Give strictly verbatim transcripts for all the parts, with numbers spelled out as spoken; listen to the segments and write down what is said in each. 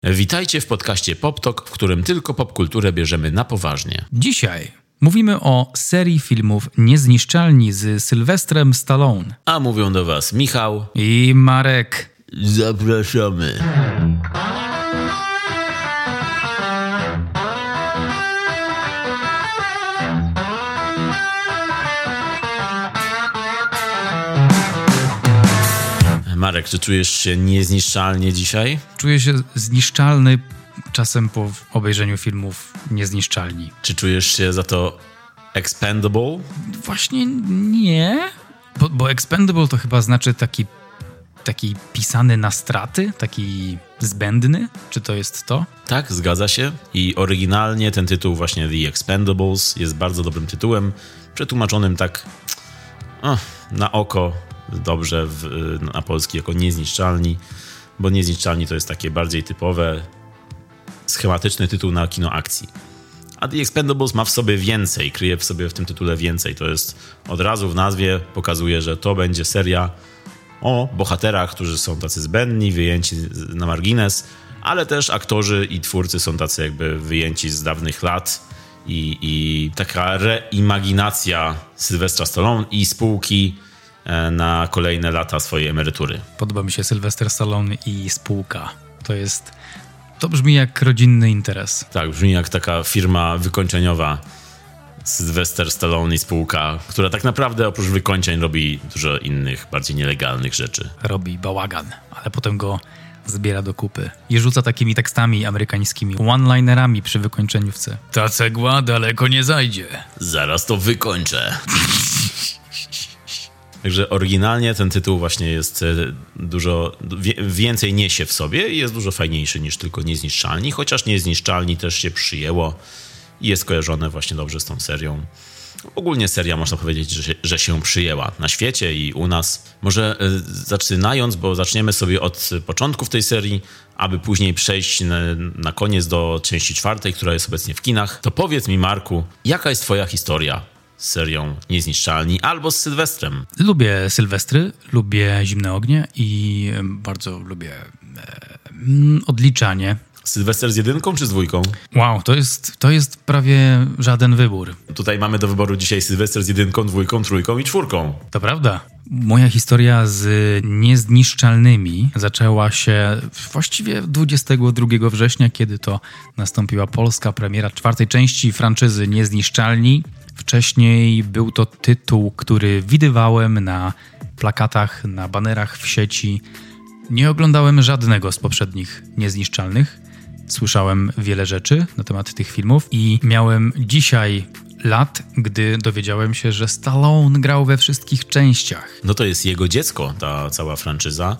Witajcie w podcaście PopTok, w którym tylko popkulturę bierzemy na poważnie. Dzisiaj mówimy o serii filmów Niezniszczalni z Sylwestrem Stallone. A mówią do was Michał i Marek. Zapraszamy. Marek, czy czujesz się niezniszczalnie dzisiaj? Czuję się zniszczalny czasem po obejrzeniu filmów Niezniszczalni. Czy czujesz się za to expendable? Właśnie nie, bo, bo expendable to chyba znaczy taki, taki pisany na straty, taki zbędny. Czy to jest to? Tak, zgadza się. I oryginalnie ten tytuł właśnie The Expendables jest bardzo dobrym tytułem, przetłumaczonym tak oh, na oko dobrze w, na polski jako Niezniszczalni, bo Niezniszczalni to jest takie bardziej typowe, schematyczny tytuł na kino akcji. A The Expendables ma w sobie więcej, kryje w sobie w tym tytule więcej. To jest od razu w nazwie pokazuje, że to będzie seria o bohaterach, którzy są tacy zbędni, wyjęci na margines, ale też aktorzy i twórcy są tacy jakby wyjęci z dawnych lat i, i taka reimaginacja Sylwestra Stallone i spółki na kolejne lata swojej emerytury. Podoba mi się Sylwester Stallone i spółka. To jest... To brzmi jak rodzinny interes. Tak, brzmi jak taka firma wykończeniowa Sylwester Stallone i spółka, która tak naprawdę oprócz wykończeń robi dużo innych, bardziej nielegalnych rzeczy. Robi bałagan, ale potem go zbiera do kupy i rzuca takimi tekstami amerykańskimi, one-linerami przy wykończeniówce. Ta cegła daleko nie zajdzie. Zaraz to wykończę. Także oryginalnie ten tytuł właśnie jest dużo, więcej niesie w sobie i jest dużo fajniejszy niż tylko Niezniszczalni, chociaż Niezniszczalni też się przyjęło i jest kojarzone właśnie dobrze z tą serią. Ogólnie seria można powiedzieć, że się, że się przyjęła na świecie i u nas. Może zaczynając, bo zaczniemy sobie od początków tej serii, aby później przejść na, na koniec do części czwartej, która jest obecnie w kinach, to powiedz mi, Marku, jaka jest twoja historia z serią Niezniszczalni albo z Sylwestrem? Lubię Sylwestry, lubię Zimne ognie i bardzo lubię e, odliczanie. Sylwester z jedynką czy z dwójką? Wow, to jest, to jest prawie żaden wybór. Tutaj mamy do wyboru dzisiaj Sylwester z jedynką, dwójką, trójką i czwórką. To prawda. Moja historia z Niezniszczalnymi zaczęła się właściwie dwudziestego drugiego września, kiedy to nastąpiła polska premiera czwartej części franczyzy Niezniszczalni. Wcześniej był to tytuł, który widywałem na plakatach, na banerach w sieci. Nie oglądałem żadnego z poprzednich Niezniszczalnych. Słyszałem wiele rzeczy na temat tych filmów i miałem dzisiaj lat, gdy dowiedziałem się, że Stallone grał we wszystkich częściach. No to jest jego dziecko, ta cała franczyza.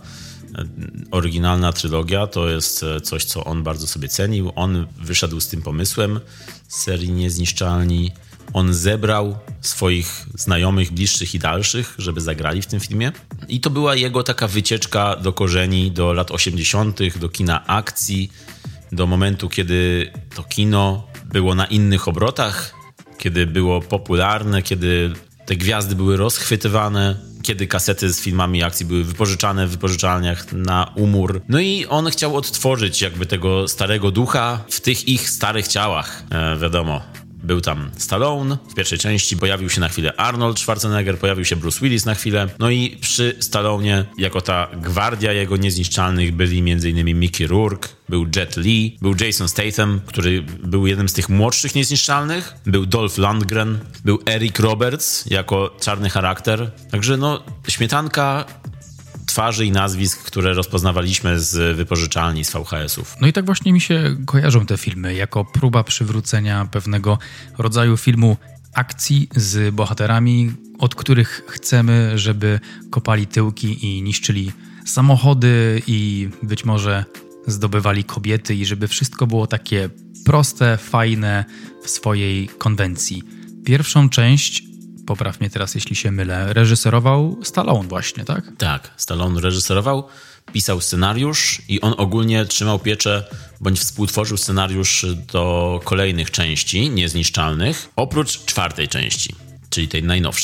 Oryginalna trylogia to jest coś, co on bardzo sobie cenił. On wyszedł z tym pomysłem z serii Niezniszczalni. On zebrał swoich znajomych, bliższych i dalszych, żeby zagrali w tym filmie. I to była jego taka wycieczka do korzeni, do lat osiemdziesiątych, do kina akcji, do momentu, kiedy to kino było na innych obrotach, kiedy było popularne, kiedy te gwiazdy były rozchwytywane, kiedy kasety z filmami akcji były wypożyczane w wypożyczalniach na umór. No i on chciał odtworzyć jakby tego starego ducha w tych ich starych ciałach. E, wiadomo. Był tam Stallone w pierwszej części, pojawił się na chwilę Arnold Schwarzenegger, pojawił się Bruce Willis na chwilę. No i przy Stallonie, jako ta gwardia jego niezniszczalnych, byli m.in. Mickey Rourke, był Jet Li, był Jason Statham, który był jednym z tych młodszych niezniszczalnych, był Dolph Lundgren, był Eric Roberts jako czarny charakter. Także no, śmietanka twarzy i nazwisk, które rozpoznawaliśmy z wypożyczalni, z V H S-ów. No i tak właśnie mi się kojarzą te filmy, jako próba przywrócenia pewnego rodzaju filmu akcji z bohaterami, od których chcemy, żeby kopali tyłki i niszczyli samochody i być może zdobywali kobiety i żeby wszystko było takie proste, fajne w swojej konwencji. Pierwszą część, popraw mnie teraz jeśli się mylę, reżyserował Stallone właśnie, tak? Tak, Stallone reżyserował, pisał scenariusz i on ogólnie trzymał pieczę bądź współtworzył scenariusz do kolejnych części Niezniszczalnych, oprócz czwartej części, czyli tej najnowszej.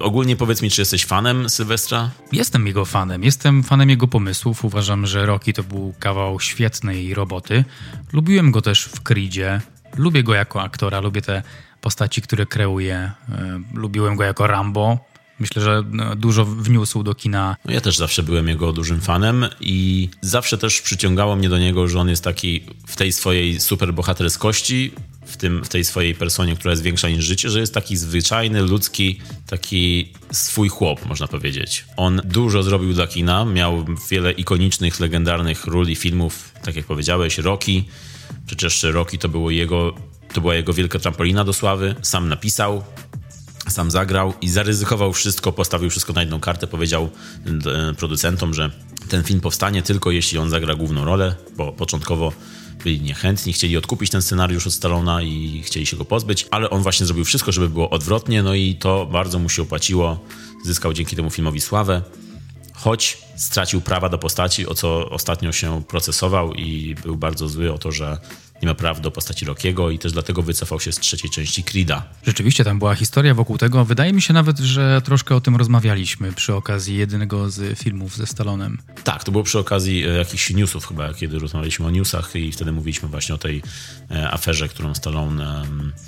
ogólnie powiedz mi, czy jesteś fanem Sylwestra? Jestem jego fanem. Jestem fanem jego pomysłów. Uważam, że Rocky to był kawał świetnej roboty. Lubiłem go też w Creedzie. Lubię go jako aktora. Lubię te postaci, które kreuje. Lubiłem go jako Rambo. Myślę, że dużo wniósł do kina. No ja też zawsze byłem jego dużym fanem i zawsze też przyciągało mnie do niego, że on jest taki w tej swojej superbohaterskości, w, tym, w tej swojej personie, która jest większa niż życie, że jest taki zwyczajny, ludzki, taki swój chłop, można powiedzieć. On dużo zrobił dla kina, miał wiele ikonicznych, legendarnych ról i filmów, tak jak powiedziałeś, Rocky. Przecież Rocky to, było jego, to była jego wielka trampolina do sławy. Sam napisał, sam zagrał i zaryzykował wszystko, postawił wszystko na jedną kartę, powiedział producentom, że ten film powstanie tylko jeśli on zagra główną rolę, bo początkowo byli niechętni, chcieli odkupić ten scenariusz od Stallona i chcieli się go pozbyć, ale on właśnie zrobił wszystko, żeby było odwrotnie, no i to bardzo mu się opłaciło. Zyskał dzięki temu filmowi sławę, choć stracił prawa do postaci, o co ostatnio się procesował i był bardzo zły o to, że nie ma praw do postaci Rockiego i też dlatego wycofał się z trzeciej części Creeda. Rzeczywiście tam była historia wokół tego. Wydaje mi się nawet, że troszkę o tym rozmawialiśmy przy okazji jednego z filmów ze Stallonem. Tak, to było przy okazji jakichś newsów chyba, kiedy rozmawialiśmy o newsach i wtedy mówiliśmy właśnie o tej aferze, którą Stallone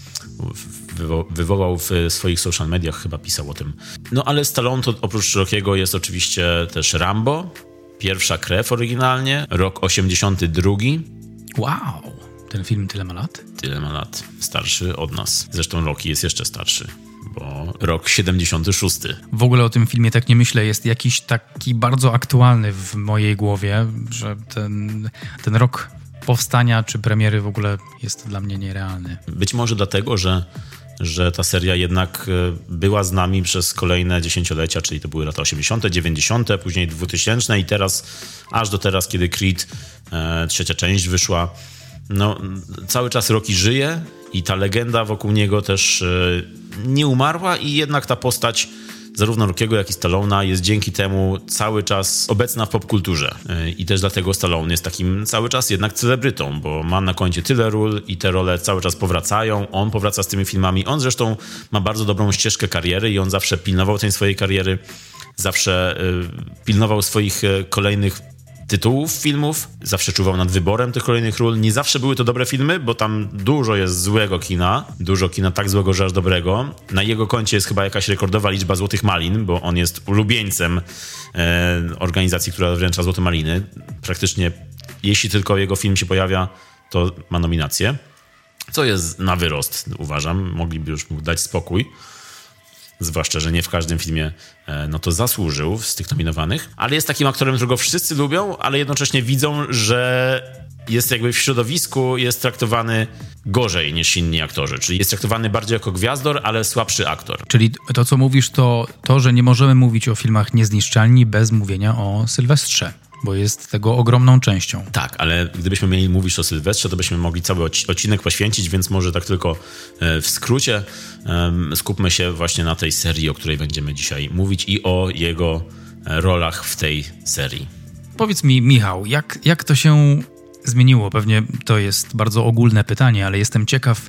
wywo- wywołał w swoich social mediach, chyba pisał o tym. No ale Stallone to oprócz Rockiego jest oczywiście też Rambo, Pierwsza krew oryginalnie, rok osiemdziesiąty drugi. Wow! Ten film tyle ma lat? Tyle ma lat. Starszy od nas. Zresztą Rocky jest jeszcze starszy, bo rok siedemdziesiąty szósty. W ogóle o tym filmie tak nie myślę. Jest jakiś taki bardzo aktualny w mojej głowie, że ten, ten rok powstania czy premiery w ogóle jest dla mnie nierealny. Być może dlatego, że, że ta seria jednak była z nami przez kolejne dziesięciolecia, czyli to były lata osiemdziesiąte, dziewięćdziesiąte, później dwutysięczne i teraz, aż do teraz, kiedy Creed, e, trzecia część wyszła. No, cały czas Rocky żyje i ta legenda wokół niego też e, nie umarła i jednak ta postać zarówno Rockiego, jak i Stallona jest dzięki temu cały czas obecna w popkulturze. E, I też dlatego Stallone jest takim cały czas jednak celebrytą, bo ma na koncie tyle ról i te role cały czas powracają. On powraca z tymi filmami. On zresztą ma bardzo dobrą ścieżkę kariery i on zawsze pilnował tej swojej kariery, zawsze e, pilnował swoich e, kolejnych tytułów filmów, zawsze czuwał nad wyborem tych kolejnych ról. Nie zawsze były to dobre filmy, bo tam dużo jest złego kina, dużo kina tak złego, że aż dobrego. Na jego koncie jest chyba jakaś rekordowa liczba Złotych Malin, bo on jest ulubieńcem e, organizacji, która wręcza Złote Maliny. Praktycznie, jeśli tylko jego film się pojawia, to ma nominację, co jest na wyrost, uważam. Mogliby już mu dać spokój. Zwłaszcza, że nie w każdym filmie no to zasłużył z tych nominowanych, ale jest takim aktorem, którego wszyscy lubią, ale jednocześnie widzą, że jest jakby w środowisku, jest traktowany gorzej niż inni aktorzy, czyli jest traktowany bardziej jako gwiazdor, ale słabszy aktor. Czyli to, co mówisz, to to, że nie możemy mówić o filmach Niezniszczalni bez mówienia o Sylwestrze, bo jest tego ogromną częścią. Tak, ale gdybyśmy mieli mówić o Sylwestrze, to byśmy mogli cały odcinek poświęcić, więc może tak tylko w skrócie skupmy się właśnie na tej serii, o której będziemy dzisiaj mówić i o jego rolach w tej serii. Powiedz mi, Michał, jak, jak to się zmieniło? Pewnie to jest bardzo ogólne pytanie, ale jestem ciekaw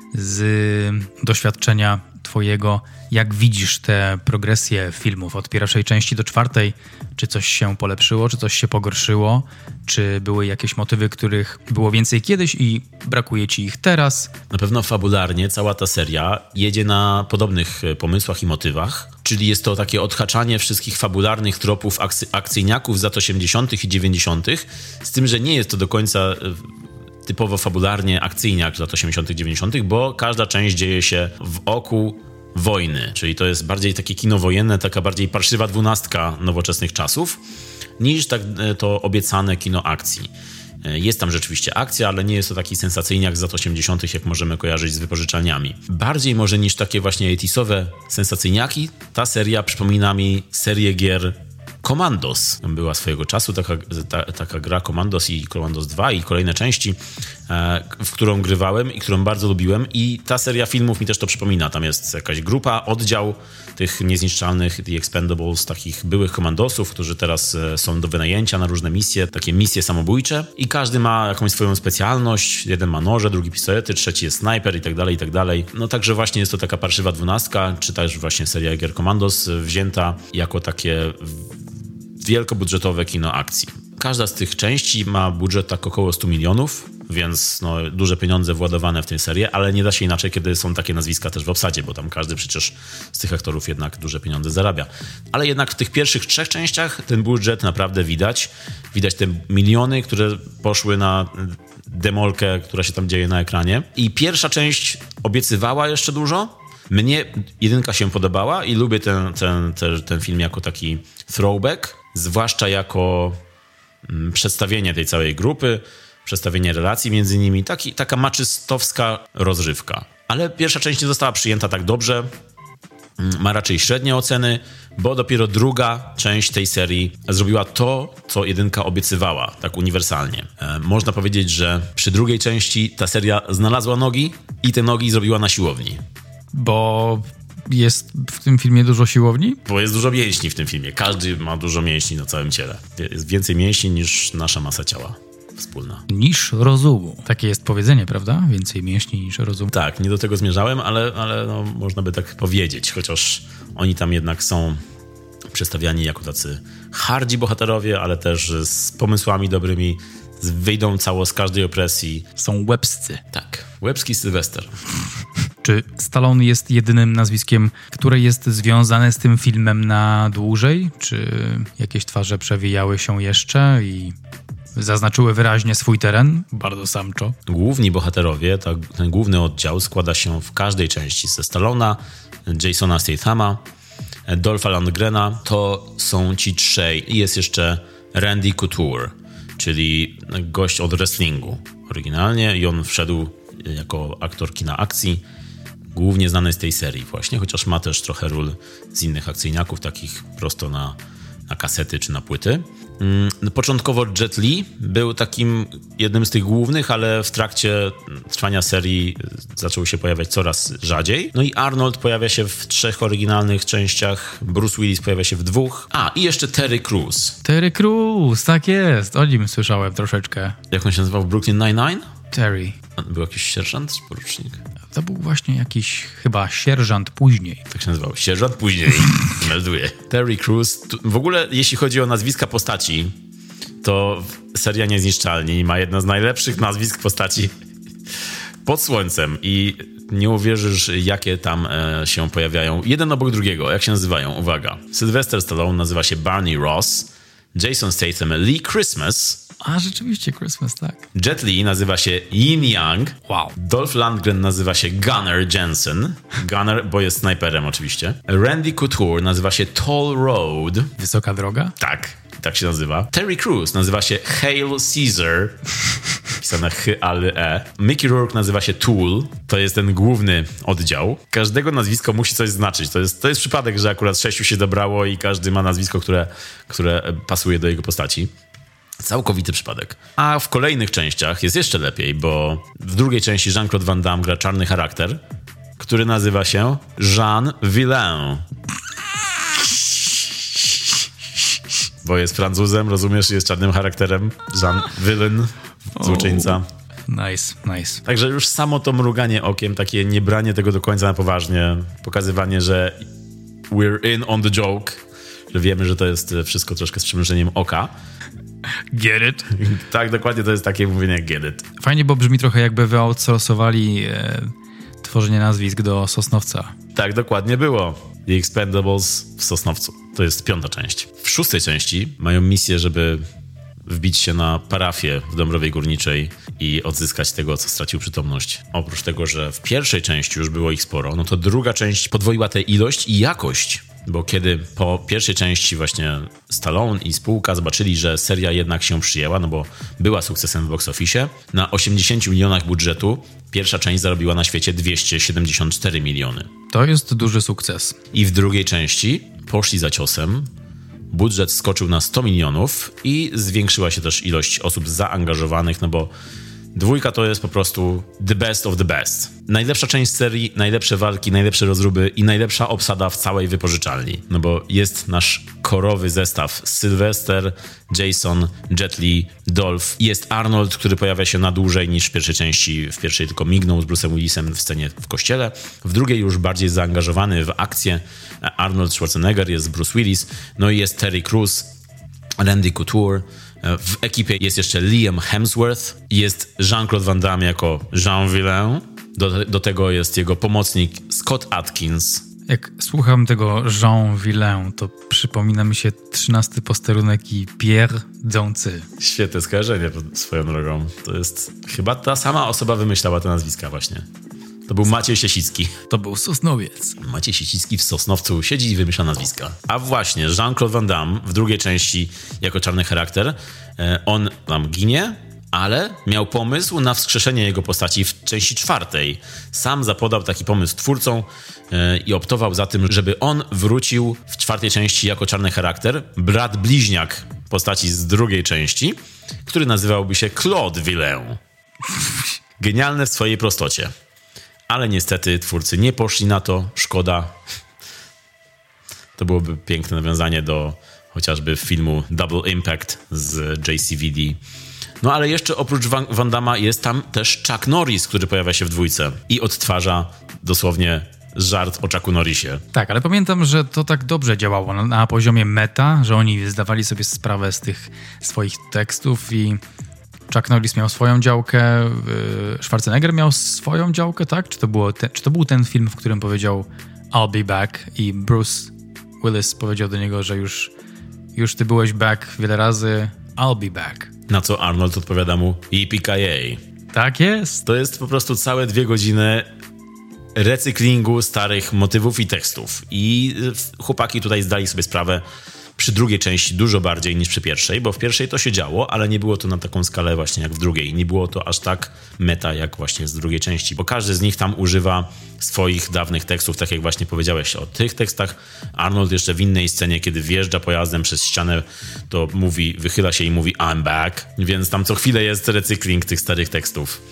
z doświadczenia twojego, jak widzisz tę progresję filmów od pierwszej części do czwartej? Czy coś się polepszyło, czy coś się pogorszyło? Czy były jakieś motywy, których było więcej kiedyś i brakuje ci ich teraz? Na pewno fabularnie cała ta seria jedzie na podobnych pomysłach i motywach, czyli jest to takie odhaczanie wszystkich fabularnych tropów akcy- akcyjniaków z lat osiemdziesiątych i dziewięćdziesiątych, z tym, że nie jest to do końca typowo fabularnie akcyjniak z lat osiemdziesiątych, dziewięćdziesiątych, bo każda część dzieje się wokół wojny, czyli to jest bardziej takie kino wojenne, taka bardziej parszywa dwunastka nowoczesnych czasów, niż tak to obiecane kino akcji. Jest tam rzeczywiście akcja, ale nie jest to taki sensacyjniak z lat osiemdziesiątych, jak możemy kojarzyć z wypożyczalniami. Bardziej może niż takie właśnie osiemdziesiąte sensacyjniaki, ta seria przypomina mi serię gier Commandos. Była swojego czasu taka, ta, taka gra Commandos i Commandos dwa i kolejne części, e, w którą grywałem i którą bardzo lubiłem i ta seria filmów mi też to przypomina. Tam jest jakaś grupa, oddział tych niezniszczalnych The Expendables, takich byłych komandosów, którzy teraz e, są do wynajęcia na różne misje, takie misje samobójcze i każdy ma jakąś swoją specjalność. Jeden ma noże, drugi pistolety, trzeci jest snajper i tak dalej, i tak dalej. No także właśnie jest to taka parszywa dwunastka, czy też właśnie seria gier Commandos wzięta jako takie wielkobudżetowe kino akcji. Każda z tych części ma budżet tak około stu milionów, więc no, duże pieniądze władowane w tę serię, ale nie da się inaczej, kiedy są takie nazwiska też w obsadzie, bo tam każdy przecież z tych aktorów jednak duże pieniądze zarabia. Ale jednak w tych pierwszych trzech częściach ten budżet naprawdę widać. Widać te miliony, które poszły na demolkę, która się tam dzieje na ekranie. I pierwsza część obiecywała jeszcze dużo. Mnie jedynka się podobała i lubię ten, ten, ten, ten film jako taki throwback, zwłaszcza jako mm, przedstawienie tej całej grupy, przedstawienie relacji między nimi, taki, taka maczystowska rozrywka. Ale pierwsza część nie została przyjęta tak dobrze, ma raczej średnie oceny, bo dopiero druga część tej serii zrobiła to, co jedynka obiecywała, tak uniwersalnie. E, można powiedzieć, że przy drugiej części ta seria znalazła nogi i te nogi zrobiła na siłowni. Bo jest w tym filmie dużo siłowni? Bo jest dużo mięśni w tym filmie. Każdy ma dużo mięśni na całym ciele. Jest więcej mięśni niż nasza masa ciała wspólna. Niż rozumu. Takie jest powiedzenie, prawda? Więcej mięśni niż rozumu. Tak, nie do tego zmierzałem, ale, ale no, można by tak powiedzieć. Chociaż oni tam jednak są przedstawiani jako tacy hardzi bohaterowie, ale też z pomysłami dobrymi. Wyjdą cało z każdej opresji. Są łebscy. Tak, łebski Sylwester. Czy Stallone jest jedynym nazwiskiem, które jest związane z tym filmem na dłużej? Czy jakieś twarze przewijały się jeszcze i zaznaczyły wyraźnie swój teren? Bardzo samczo. Główni bohaterowie, ta, ten główny oddział składa się w każdej części ze Stallona, Jasona Stathama, Dolpha Lundgrena. To są ci trzej. I jest jeszcze Randy Couture, czyli gość od wrestlingu oryginalnie i on wszedł jako aktor kina akcji, głównie znany z tej serii właśnie, chociaż ma też trochę ról z innych akcyjniaków, takich prosto na, na kasety czy na płyty. Początkowo Jet Li był takim jednym z tych głównych, ale w trakcie trwania serii zaczął się pojawiać coraz rzadziej. No i Arnold pojawia się w trzech oryginalnych częściach, Bruce Willis pojawia się w dwóch. A, i jeszcze Terry Crews. Terry Crews, tak jest. O nim słyszałem troszeczkę. Jak on się nazywał w Brooklyn Nine-Nine? Terry. Był jakiś sierżant czy porucznik? To był właśnie jakiś chyba sierżant później. Tak się nazywał. Sierżant później. Melduję. Terry Crews. W ogóle jeśli chodzi o nazwiska postaci, to seria Niezniszczalni ma jedno z najlepszych nazwisk postaci pod słońcem i nie uwierzysz, jakie tam e, się pojawiają. Jeden obok drugiego. Jak się nazywają? Uwaga. Sylvester Stallone nazywa się Barney Ross. Jason Statham Lee Christmas. A, rzeczywiście, Christmas, tak. Jet Li nazywa się Yin Yang. Wow. Dolph Lundgren nazywa się Gunnar Jensen. Gunnar, bo jest snajperem oczywiście. Randy Couture nazywa się Toll Road. Wysoka droga? Tak, tak się nazywa. Terry Crews nazywa się Hail Caesar. Pisane H-A-L-E. Mickey Rourke nazywa się Tool. To jest ten główny oddział. Każdego nazwisko musi coś znaczyć. To jest, to jest przypadek, że akurat sześciu się dobrało i każdy ma nazwisko, które, które pasuje do jego postaci. Całkowity przypadek. A w kolejnych częściach jest jeszcze lepiej, bo w drugiej części Jean-Claude Van Damme gra czarny charakter, który nazywa się Jean Villain. Bo jest Francuzem, rozumiesz, jest czarnym charakterem. Jean Villain, złoczyńca. Oh, nice, nice. Także już samo to mruganie okiem, takie niebranie tego do końca na poważnie, pokazywanie, że we're in on the joke, że wiemy, że to jest wszystko troszkę z przymrużeniem oka. Get it? Tak, dokładnie to jest takie mówienie jak get it. Fajnie, bo brzmi trochę jakby wyoutsourcowali e, tworzenie nazwisk do Sosnowca. Tak, dokładnie było. The Expendables w Sosnowcu. To jest piąta część. W szóstej części mają misję, żeby wbić się na parafię w Dąbrowie Górniczej i odzyskać tego, co stracił przytomność. Oprócz tego, że w pierwszej części już było ich sporo, no to druga część podwoiła tę ilość i jakość. Bo kiedy po pierwszej części właśnie Stallone i spółka zobaczyli, że seria jednak się przyjęła, no bo była sukcesem w box office, na osiemdziesięciu milionach budżetu pierwsza część zarobiła na świecie dwieście siedemdziesiąt cztery miliony. To jest duży sukces. I w drugiej części poszli za ciosem, budżet skoczył na sto milionów i zwiększyła się też ilość osób zaangażowanych, no bo dwójka to jest po prostu the best of the best. Najlepsza część serii, najlepsze walki, najlepsze rozruby i najlepsza obsada w całej wypożyczalni. No bo jest nasz korowy zestaw Sylvester, Jason, Jet Li, Dolph. Jest Arnold, który pojawia się na dłużej niż w pierwszej części. W pierwszej tylko mignął z Bruce'em Willisem w scenie w kościele. W drugiej już bardziej zaangażowany w akcję Arnold Schwarzenegger, jest Bruce Willis. No i jest Terry Crews, Randy Couture. W ekipie jest jeszcze Liam Hemsworth, jest Jean-Claude Van Damme jako Jean Villain, do, do tego jest jego pomocnik Scott Adkins. Jak słucham tego Jean Villain, to przypomina mi się trzynasty posterunek i Pierre Dący. Świetne skojarzenie swoją drogą. To jest chyba ta sama osoba wymyślała te nazwiska właśnie. To był Maciej Siesicki. To był Sosnowiec. Maciej Siesicki w Sosnowcu siedzi i wymyśla nazwiska. A właśnie, Jean-Claude Van Damme w drugiej części jako czarny charakter, on tam ginie, ale miał pomysł na wskrzeszenie jego postaci w części czwartej. Sam zapodał taki pomysł twórcom i optował za tym, żeby on wrócił w czwartej części jako czarny charakter, brat bliźniak postaci z drugiej części, który nazywałby się Claude Villain. Genialne w swojej prostocie. Ale niestety twórcy nie poszli na to. Szkoda. To byłoby piękne nawiązanie do chociażby filmu Double Impact z J C V D. No ale jeszcze oprócz Van, Van Damme'a jest tam też Chuck Norris, który pojawia się w dwójce i odtwarza dosłownie żart o Chucku Norrisie. Tak, ale pamiętam, że to tak dobrze działało na, na poziomie meta, że oni zdawali sobie sprawę z tych swoich tekstów i Chuck Norris miał swoją działkę, Schwarzenegger miał swoją działkę, tak? Czy to, było te, czy to był ten film, w którym powiedział I'll be back i Bruce Willis powiedział do niego, że już, już ty byłeś back wiele razy, I'll be back. Na co Arnold odpowiada mu Yippee-ki-yay. Tak jest. To jest po prostu całe dwie godziny recyklingu starych motywów i tekstów. I chłopaki tutaj zdali sobie sprawę przy drugiej części dużo bardziej niż przy pierwszej, bo w pierwszej to się działo, ale nie było to na taką skalę właśnie jak w drugiej. Nie było to aż tak meta jak właśnie z drugiej części, bo każdy z nich tam używa swoich dawnych tekstów, tak jak właśnie powiedziałeś o tych tekstach. Arnold jeszcze w innej scenie, kiedy wjeżdża pojazdem przez ścianę, to mówi, wychyla się i mówi I'm back, więc tam co chwilę jest recykling tych starych tekstów.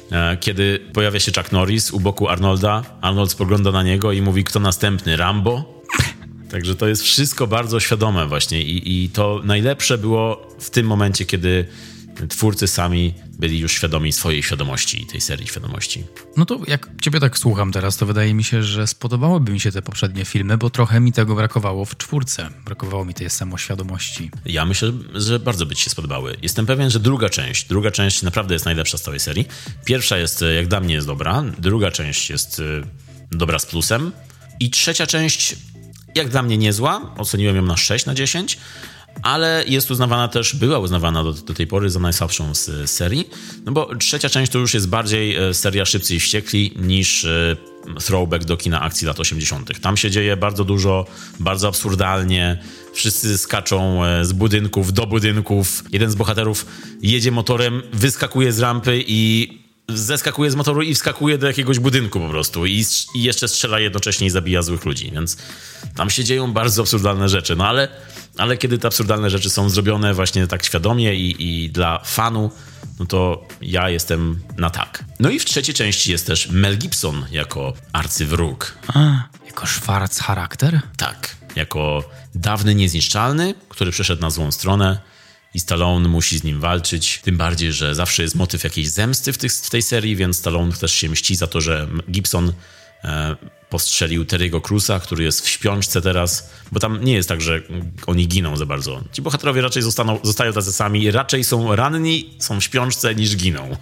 Kiedy pojawia się Chuck Norris u boku Arnolda, Arnold spogląda na niego i mówi, kto następny, Rambo? Także to jest wszystko bardzo świadome właśnie i, i to najlepsze było w tym momencie, kiedy twórcy sami byli już świadomi swojej świadomości i tej serii świadomości. No to jak ciebie tak słucham teraz, to wydaje mi się, że spodobałyby mi się te poprzednie filmy, bo trochę mi tego brakowało w czwórce. Brakowało mi tej samoświadomości. Ja myślę, że bardzo by ci się spodobały. Jestem pewien, że druga część, druga część naprawdę jest najlepsza z całej serii. Pierwsza jest, jak dla mnie, jest dobra. Druga część jest dobra z plusem. I trzecia część, jak dla mnie, niezła. Oceniłem ją na sześć na dziesięć. Ale jest uznawana też, była uznawana do, do tej pory za najsłabszą z serii, no bo trzecia część to już jest bardziej seria Szybcy i Wściekli niż throwback do kina akcji lat osiemdziesiątych. Tam się dzieje bardzo dużo, bardzo absurdalnie, wszyscy skaczą z budynków do budynków, jeden z bohaterów jedzie motorem, wyskakuje z rampy i zeskakuje z motoru i wskakuje do jakiegoś budynku po prostu i, i jeszcze strzela jednocześnie i zabija złych ludzi, więc tam się dzieją bardzo absurdalne rzeczy, no ale, ale kiedy te absurdalne rzeczy są zrobione właśnie tak świadomie i, i dla fanu, no to ja jestem na tak. No i w trzeciej części jest też Mel Gibson jako arcywróg. A, jako Schwarz charakter? Tak, jako dawny niezniszczalny, który przeszedł na złą stronę i Stallone musi z nim walczyć. Tym bardziej, że zawsze jest motyw jakiejś zemsty w, tych, w tej serii, więc Stallone też się mści za to, że Gibson e, postrzelił Terry'ego Crewsa, który jest w śpiączce teraz, bo tam nie jest tak, że oni giną za bardzo. Ci bohaterowie raczej zostaną, zostają tacy sami, raczej są ranni, są w śpiączce niż giną.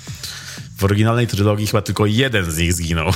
W oryginalnej trylogii chyba tylko jeden z nich zginął.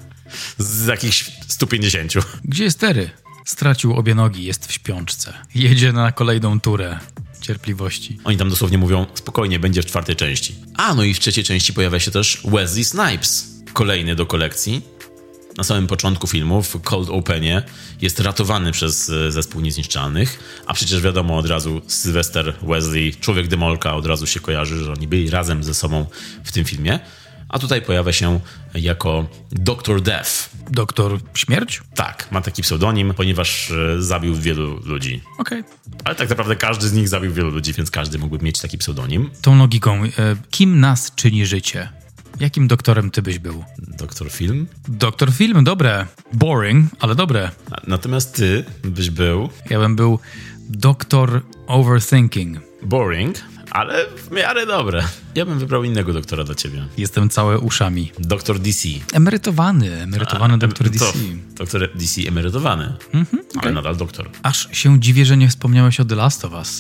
Z jakichś stu pięćdziesięciu. Gdzie jest Terry? Stracił obie nogi, jest w śpiączce. Jedzie na kolejną turę cierpliwości. Oni tam dosłownie mówią, spokojnie, będzie w czwartej części. A, no i w trzeciej części pojawia się też Wesley Snipes. Kolejny do kolekcji. Na samym początku filmu, w Cold Openie, jest ratowany przez zespół Niezniszczalnych, a przecież wiadomo od razu Sylvester, Wesley, Człowiek Demolka od razu się kojarzy, że oni byli razem ze sobą w tym filmie. a tutaj pojawia się jako doktor Death. Doktor Śmierć? Tak, ma taki pseudonim, ponieważ e, zabił wielu ludzi. Okej. Okay. Ale tak naprawdę każdy z nich zabił wielu ludzi, więc każdy mógłby mieć taki pseudonim. Tą logiką, e, kim nas czyni życie? Jakim doktorem ty byś był? Doktor Film? Doktor Film, dobre. Boring, ale dobre. Natomiast ty byś był... Ja bym był doktor Overthinking. Boring, ale w miarę dobre. Ja bym wybrał innego doktora dla ciebie. Jestem całe uszami. Doktor D C. Emerytowany, emerytowany A, doktor D C. Doktor D C emerytowany, mhm, ale okay. nadal doktor. Aż się dziwię, że nie wspomniałeś o The Last of Us.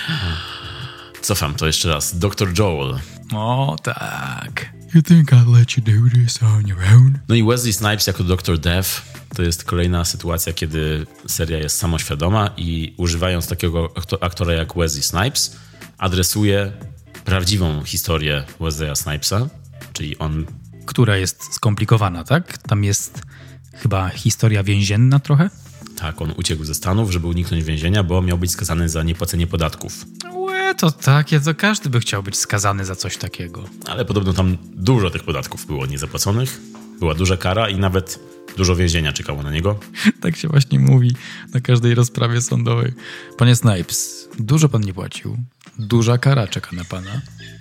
Cofam to jeszcze raz. doktor Joel. O, tak. You think I'll let you do this on your own? No i Wesley Snipes jako doktor Death to jest kolejna sytuacja, kiedy seria jest samoświadoma i używając takiego aktora jak Wesley Snipes adresuje prawdziwą historię Wesleya Snipesa, czyli on... Która jest skomplikowana, tak? Tam jest chyba historia więzienna trochę? Tak, on uciekł ze Stanów, żeby uniknąć więzienia, bo miał być skazany za niepłacenie podatków. Łe, to takie, to każdy by chciał być skazany za coś takiego. Ale podobno tam dużo tych podatków było niezapłaconych, była duża kara i nawet dużo więzienia czekało na niego. Tak się właśnie mówi na każdej rozprawie sądowej. Panie Snipes, dużo pan nie płacił. Duża kara czeka na pana.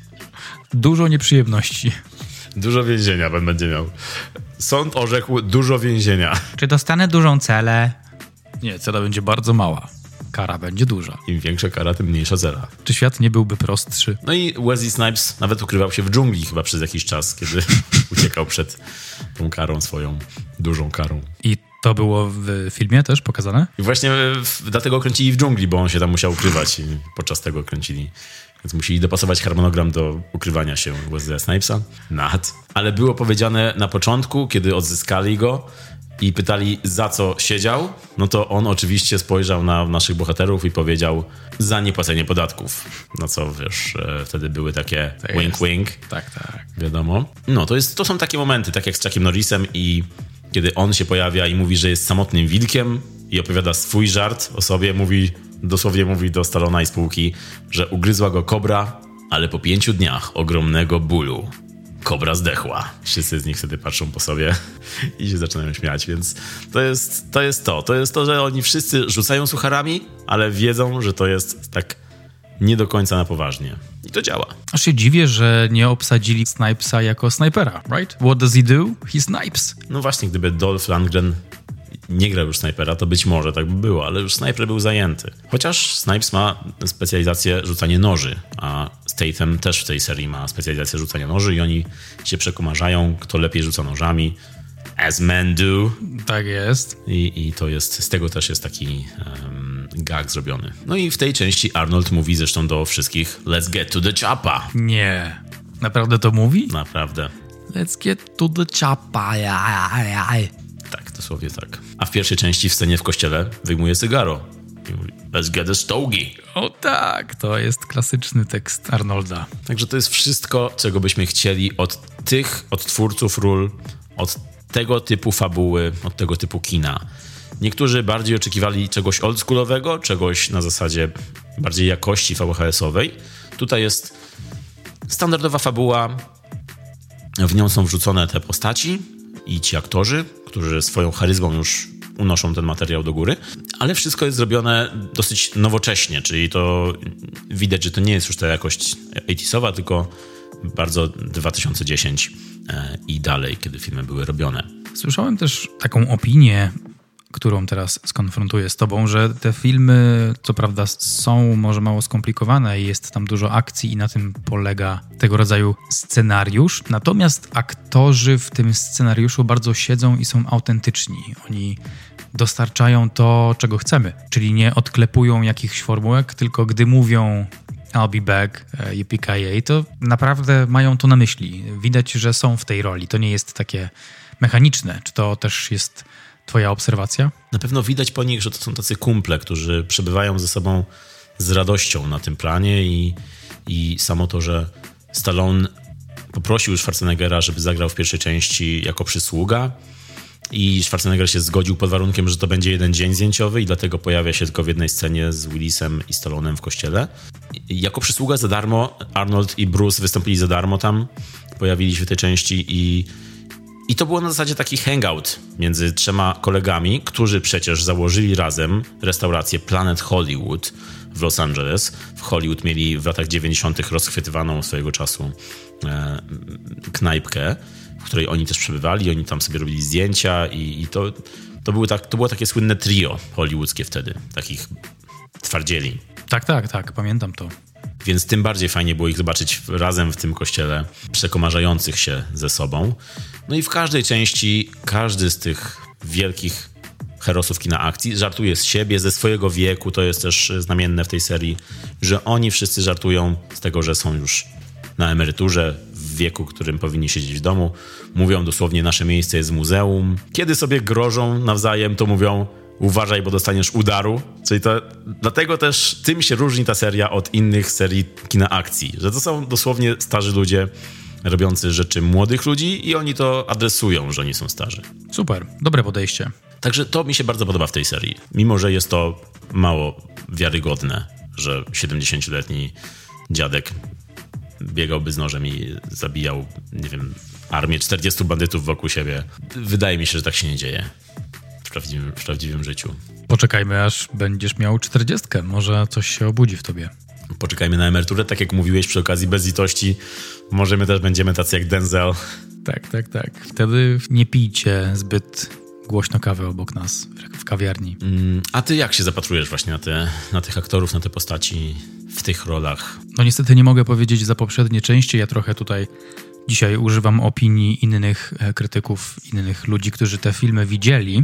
Dużo nieprzyjemności. Dużo więzienia pan będzie miał. Sąd orzekł dużo więzienia. Czy dostanę dużą celę? Nie, cela będzie bardzo mała. Kara będzie duża. Im większa kara, tym mniejsza cela. Czy świat nie byłby prostszy? No i Wesley Snipes nawet ukrywał się w dżungli chyba przez jakiś czas, kiedy uciekał przed tą karą swoją, dużą karą. I to było w filmie też pokazane? I właśnie w, dlatego kręcili w dżungli, bo on się tam musiał ukrywać i podczas tego kręcili. Więc musieli dopasować harmonogram do ukrywania się Wesley'a Snipesa. Nad. Ale było powiedziane na początku, kiedy odzyskali go i pytali, za co siedział, no to on oczywiście spojrzał na naszych bohaterów i powiedział, za niepłacenie podatków. No co, wiesz, e, wtedy były takie tak wink jest. wink. Tak, tak. Wiadomo. No to, jest, to są takie momenty, tak jak z Chuckiem Norrisem i kiedy on się pojawia i mówi, że jest samotnym wilkiem i opowiada swój żart o sobie, mówi, dosłownie mówi do Stallona i spółki, że ugryzła go kobra, ale po pięciu dniach ogromnego bólu kobra zdechła. Wszyscy z nich wtedy patrzą po sobie i się zaczynają śmiać, więc to jest to, jest to. To jest to, że oni wszyscy rzucają sucharami, ale wiedzą, że to jest tak nie do końca na poważnie. I to działa. Aż się dziwię, że nie obsadzili Snipesa jako snajpera, right? What does he do? He snipes. No właśnie, gdyby Dolph Lundgren nie grał już snajpera, to być może tak by było, ale już snajper był zajęty. Chociaż Snipes ma specjalizację rzucania noży, a Statham też w tej serii ma specjalizację rzucania noży i oni się przekomarzają, kto lepiej rzuca nożami. As men do. Tak jest. I, i to jest, z tego też jest taki um, gag zrobiony. No i w tej części Arnold mówi zresztą do wszystkich let's get to the chopper. Nie. Naprawdę to mówi? Naprawdę. Let's get to the chopper. Tak, dosłownie tak. A w pierwszej części w scenie w kościele wyjmuje cygaro. I mówi, let's get a stogie. O tak, to jest klasyczny tekst Arnolda. Także to jest wszystko, czego byśmy chcieli od tych, od twórców ról, od tego typu fabuły, od tego typu kina. Niektórzy bardziej oczekiwali czegoś oldschoolowego, czegoś na zasadzie bardziej jakości V H S-owej. Tutaj jest standardowa fabuła, w nią są wrzucone te postaci i ci aktorzy, którzy swoją charyzmą już unoszą ten materiał do góry, ale wszystko jest zrobione dosyć nowocześnie, czyli to widać, że to nie jest już ta jakość osiemdziesiątowa, tylko bardzo dwa tysiące dziesiąty i dalej, kiedy filmy były robione. Słyszałem też taką opinię, którą teraz skonfrontuję z tobą, że te filmy, co prawda, są może mało skomplikowane i jest tam dużo akcji i na tym polega tego rodzaju scenariusz, natomiast aktorzy w tym scenariuszu bardzo siedzą i są autentyczni. Oni dostarczają to, czego chcemy, czyli nie odklepują jakichś formułek, tylko gdy mówią I'll be back, yippee-ki-yay, to naprawdę mają to na myśli. Widać, że są w tej roli. To nie jest takie mechaniczne. Czy to też jest twoja obserwacja? Na pewno widać po nich, że to są tacy kumple, którzy przebywają ze sobą z radością na tym planie i, i samo to, że Stallone poprosił już Schwarzeneggera, żeby zagrał w pierwszej części jako przysługa i Schwarzenegger się zgodził pod warunkiem, że to będzie jeden dzień zdjęciowy i dlatego pojawia się tylko w jednej scenie z Willisem i Stallonem w kościele. Jako przysługa za darmo Arnold i Bruce wystąpili za darmo tam pojawili się w tej części i, i to było na zasadzie taki hangout między trzema kolegami, którzy przecież założyli razem restaurację Planet Hollywood w Los Angeles. W Hollywood mieli w latach dziewięćdziesiątych rozchwytywaną swojego czasu e, knajpkę, w której oni też przebywali, oni tam sobie robili zdjęcia i, i to, to, były tak, to było takie słynne trio hollywoodzkie wtedy, takich twardzieli. Tak, tak, tak, pamiętam to. Więc tym bardziej fajnie było ich zobaczyć razem w tym kościele, przekomarzających się ze sobą. No i w każdej części każdy z tych wielkich herosów kina akcji żartuje z siebie, ze swojego wieku. To jest też znamienne w tej serii, że oni wszyscy żartują z tego, że są już na emeryturze, w wieku, w którym powinni siedzieć w domu. Mówią dosłownie, nasze miejsce jest w muzeum. Kiedy sobie grożą nawzajem, to mówią, uważaj, bo dostaniesz udaru. Czyli to, dlatego też tym się różni ta seria od innych serii kina akcji, że to są dosłownie starzy ludzie robiący rzeczy młodych ludzi i oni to adresują, że oni są starzy. Super, dobre podejście. Także to mi się bardzo podoba w tej serii. Mimo że jest to mało wiarygodne, że siedemdziesięcioletni dziadek biegałby z nożem i zabijał, nie wiem, armię czterdziestu bandytów wokół siebie. Wydaje mi się, że tak się nie dzieje w prawdziwym, w prawdziwym życiu. Poczekajmy, aż będziesz miał czterdziestkę. Może coś się obudzi w tobie. Poczekajmy na emeryturę, tak jak mówiłeś przy okazji bezlitości. Może my też będziemy tacy jak Denzel. Tak, tak, tak. Wtedy nie pijcie zbyt głośno kawy obok nas w kawiarni. Mm, a ty jak się zapatrujesz właśnie na, te, na tych aktorów, na te postaci w tych rolach? No niestety nie mogę powiedzieć za poprzednie części. Ja trochę tutaj dzisiaj używam opinii innych krytyków, innych ludzi, którzy te filmy widzieli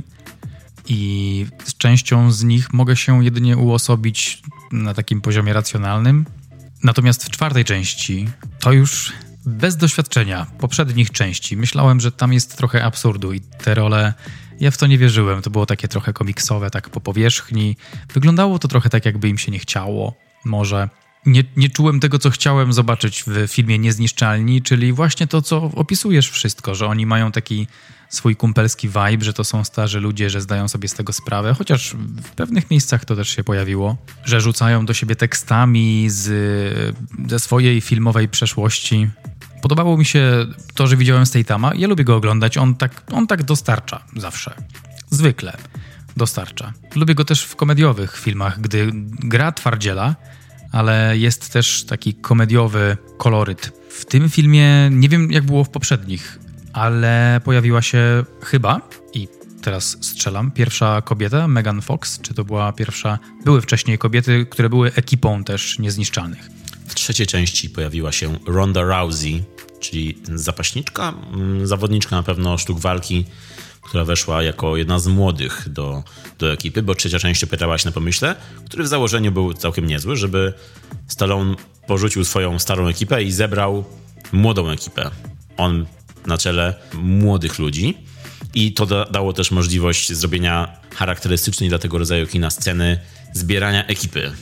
i z częścią z nich mogę się jedynie uosobić na takim poziomie racjonalnym. Natomiast w czwartej części to już bez doświadczenia poprzednich części myślałem, że tam jest trochę absurdu i te role, ja w to nie wierzyłem. To było takie trochę komiksowe, tak po powierzchni. Wyglądało to trochę tak, jakby im się nie chciało. Może nie, nie czułem tego, co chciałem zobaczyć w filmie Niezniszczalni, czyli właśnie to, co opisujesz wszystko, że oni mają taki swój kumpelski vibe, że to są starzy ludzie, że zdają sobie z tego sprawę, chociaż w pewnych miejscach to też się pojawiło, że rzucają do siebie tekstami z, ze swojej filmowej przeszłości. Podobało mi się to, że widziałem Statama. Ja lubię go oglądać, on tak, on tak dostarcza zawsze. Zwykle dostarcza. Lubię go też w komediowych filmach, gdy gra twardziela, ale jest też taki komediowy koloryt. W tym filmie, nie wiem jak było w poprzednich, ale pojawiła się chyba, i teraz strzelam, pierwsza kobieta, Megan Fox, czy to była pierwsza... Były wcześniej kobiety, które były ekipą też Niezniszczalnych. W trzeciej części pojawiła się Ronda Rousey, czyli zapaśniczka, zawodniczka na pewno sztuk walki, która weszła jako jedna z młodych do, do ekipy, bo trzecia część opierała się na pomyśle, który w założeniu był całkiem niezły, żeby Stallone porzucił swoją starą ekipę i zebrał młodą ekipę. On na czele młodych ludzi i to da, dało też możliwość zrobienia charakterystycznej dla tego rodzaju kina sceny zbierania ekipy.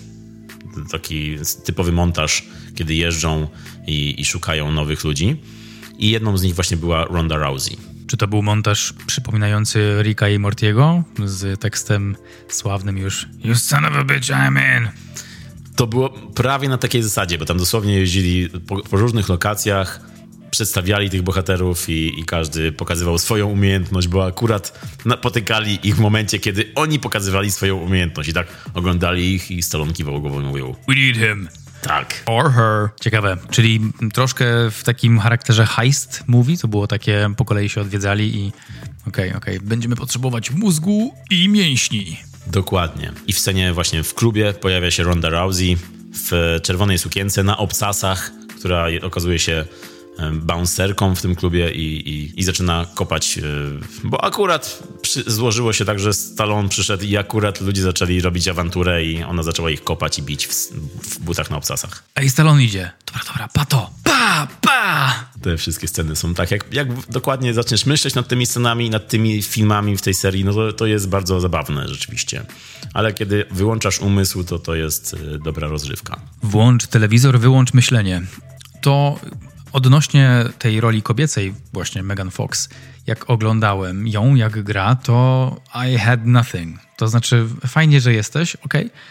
Taki typowy montaż, kiedy jeżdżą i, i szukają nowych ludzi. I jedną z nich właśnie była Ronda Rousey. Czy to był montaż przypominający Ricka i Mortiego z tekstem sławnym już You son of a bitch, I'm in. To było prawie na takiej zasadzie, bo tam dosłownie jeździli po, po różnych lokacjach, przedstawiali tych bohaterów i, i każdy pokazywał swoją umiejętność, bo akurat napotykali ich w momencie, kiedy oni pokazywali swoją umiejętność i tak oglądali ich i Stallone kiwał głową i mówił We need him. Tak. Or her. Ciekawe, czyli troszkę w takim charakterze heist movie, to było takie, po kolei się odwiedzali i okej, okay, okej, okay, będziemy potrzebować mózgu i mięśni. Dokładnie. I w scenie właśnie w klubie pojawia się Ronda Rousey w czerwonej sukience na obcasach, która okazuje się bouncerką w tym klubie i, i, i zaczyna kopać, bo akurat przy, złożyło się tak, że Stallone przyszedł i akurat ludzie zaczęli robić awanturę i ona zaczęła ich kopać i bić w, w butach na obcasach. Ej, Stallone idzie. Dobra, dobra, pato. Pa, pa! Te wszystkie sceny są tak, jak, jak dokładnie zaczniesz myśleć nad tymi scenami, nad tymi filmami w tej serii, no to, to jest bardzo zabawne rzeczywiście. Ale kiedy wyłączasz umysł, to to jest dobra rozrywka. Włącz telewizor, wyłącz myślenie. To... Odnośnie tej roli kobiecej, właśnie Megan Fox, jak oglądałem ją, jak gra, to I had nothing. To znaczy, fajnie, że jesteś, okej, okay,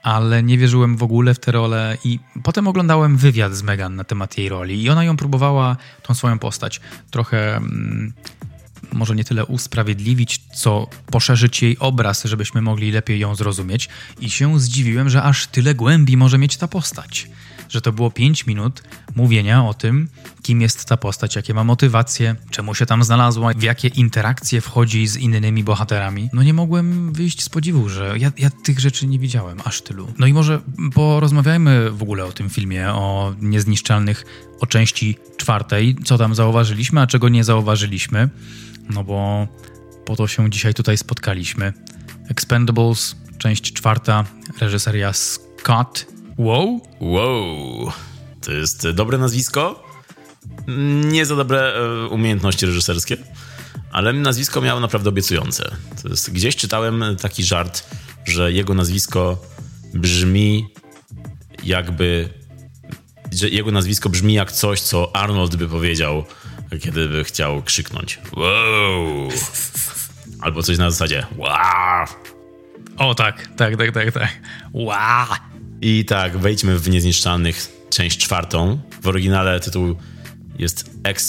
ale nie wierzyłem w ogóle w tę rolę i potem oglądałem wywiad z Megan na temat jej roli i ona ją próbowała, tą swoją postać, trochę mm, może nie tyle usprawiedliwić, co poszerzyć jej obraz, żebyśmy mogli lepiej ją zrozumieć i się zdziwiłem, że aż tyle głębi może mieć ta postać. Że to było pięć minut mówienia o tym, kim jest ta postać, jakie ma motywacje, czemu się tam znalazła, w jakie interakcje wchodzi z innymi bohaterami. No nie mogłem wyjść z podziwu, że ja, ja tych rzeczy nie widziałem aż tylu. No i może porozmawiajmy w ogóle o tym filmie, o Niezniszczalnych, o części czwartej, co tam zauważyliśmy, a czego nie zauważyliśmy, no bo po to się dzisiaj tutaj spotkaliśmy. Expendables, część czwarta, reżyseria Scott Wow? Wow. To jest dobre nazwisko. Nie za dobre e, umiejętności reżyserskie, ale nazwisko miało naprawdę obiecujące. To jest, gdzieś czytałem taki żart, że jego nazwisko brzmi jakby... że jego nazwisko brzmi jak coś, co Arnold by powiedział, kiedy by chciał krzyknąć. Wow. Albo coś na zasadzie wow. O tak, tak, tak, tak, tak. Wow. I tak, wejdźmy w Niezniszczalnych, część czwartą. W oryginale tytuł jest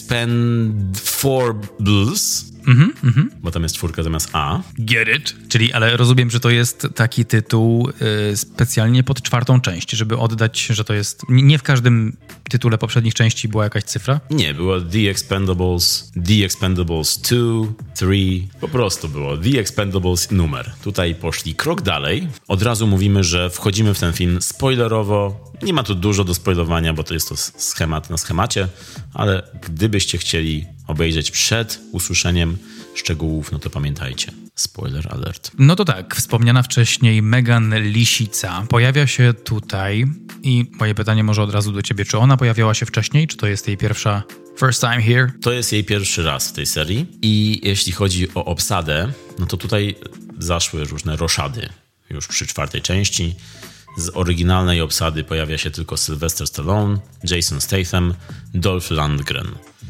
Expendables, Mhm, mhm. bo tam jest czwórka zamiast A. Get it? Czyli, ale rozumiem, że to jest taki tytuł y, specjalnie pod czwartą część, żeby oddać, że to jest... Nie w każdym tytule poprzednich części była jakaś cyfra? Nie, było The Expendables, The Expendables two, three, po prostu było The Expendables numer. Tutaj poszli krok dalej. Od razu mówimy, że wchodzimy w ten film spoilerowo. Nie ma tu dużo do spoilowania, bo to jest to schemat na schemacie, ale gdybyście chcieli obejrzeć przed usłyszeniem szczegółów, no to pamiętajcie. Spoiler alert. No to tak, wspomniana wcześniej Megan Lisica pojawia się tutaj i moje pytanie może od razu do ciebie, czy ona pojawiała się wcześniej, czy to jest jej pierwsza first time here? To jest jej pierwszy raz w tej serii i jeśli chodzi o obsadę, no to tutaj zaszły różne roszady już przy czwartej części. Z oryginalnej obsady pojawia się tylko Sylvester Stallone, Jason Statham, Dolph Lundgren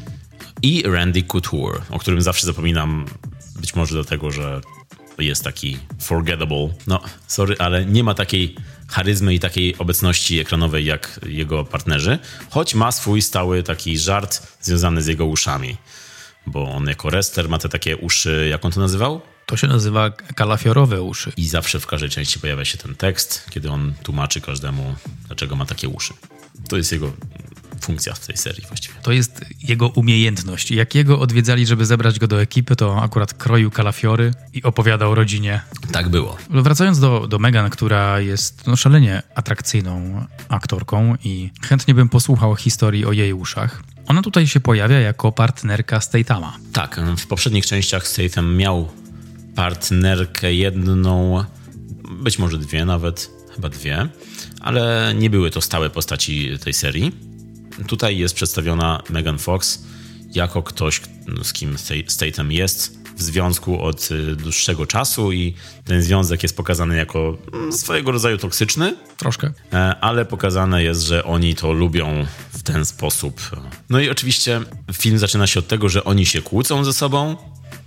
i Randy Couture, o którym zawsze zapominam, być może dlatego, że jest taki forgettable. No, sorry, ale nie ma takiej charyzmy i takiej obecności ekranowej jak jego partnerzy, choć ma swój stały taki żart związany z jego uszami, bo on jako wrestler ma te takie uszy, jak on to nazywał? To się nazywa kalafiorowe uszy. I zawsze w każdej części pojawia się ten tekst, kiedy on tłumaczy każdemu, dlaczego ma takie uszy. To jest jego funkcja w tej serii właściwie. To jest jego umiejętność. Jak jego odwiedzali, żeby zebrać go do ekipy, to akurat kroił kalafiory i opowiadał rodzinie. Tak było. Wracając do, do Megan, która jest no, szalenie atrakcyjną aktorką i chętnie bym posłuchał historii o jej uszach. Ona tutaj się pojawia jako partnerka Stathama. Tak, w poprzednich częściach Statham miał partnerkę jedną, być może dwie nawet, chyba dwie, ale nie były to stałe postaci tej serii. Tutaj jest przedstawiona Megan Fox jako ktoś, z kim Statham jest w związku od dłuższego czasu i ten związek jest pokazany jako swojego rodzaju toksyczny. Troszkę. Ale pokazane jest, że oni to lubią w ten sposób. No i oczywiście film zaczyna się od tego, że oni się kłócą ze sobą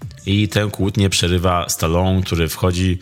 i tę kłótnię przerywa Stallone, który wchodzi.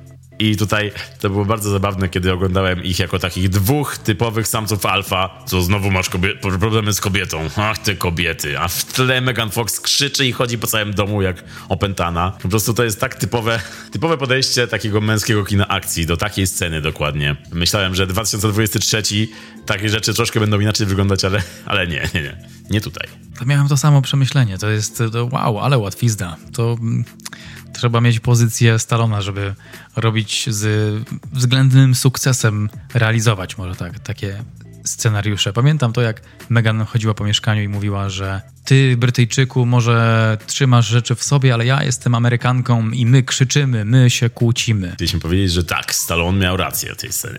I tutaj to było bardzo zabawne, kiedy oglądałem ich jako takich dwóch typowych samców alfa, co znowu masz kobie- problemy z kobietą. Ach, te kobiety. A w tle Megan Fox krzyczy i chodzi po całym domu jak opętana. Po prostu to jest tak typowe, typowe podejście takiego męskiego kina akcji do takiej sceny dokładnie. Myślałem, że dwa tysiące dwudziesty trzeci takie rzeczy troszkę będą inaczej wyglądać, ale, ale nie, nie, nie. Nie tutaj. To miałem to samo przemyślenie. To jest, to, wow, ale łatwizna. To... Trzeba mieć pozycję Stallona, żeby robić z względnym sukcesem, realizować może tak, takie scenariusze. Pamiętam to, jak Megan chodziła po mieszkaniu i mówiła, że ty, Brytyjczyku, może trzymasz rzeczy w sobie, ale ja jestem Amerykanką i my krzyczymy, my się kłócimy. Chcieliśmy powiedzieć, że tak, Stallone miał rację w tej scenie.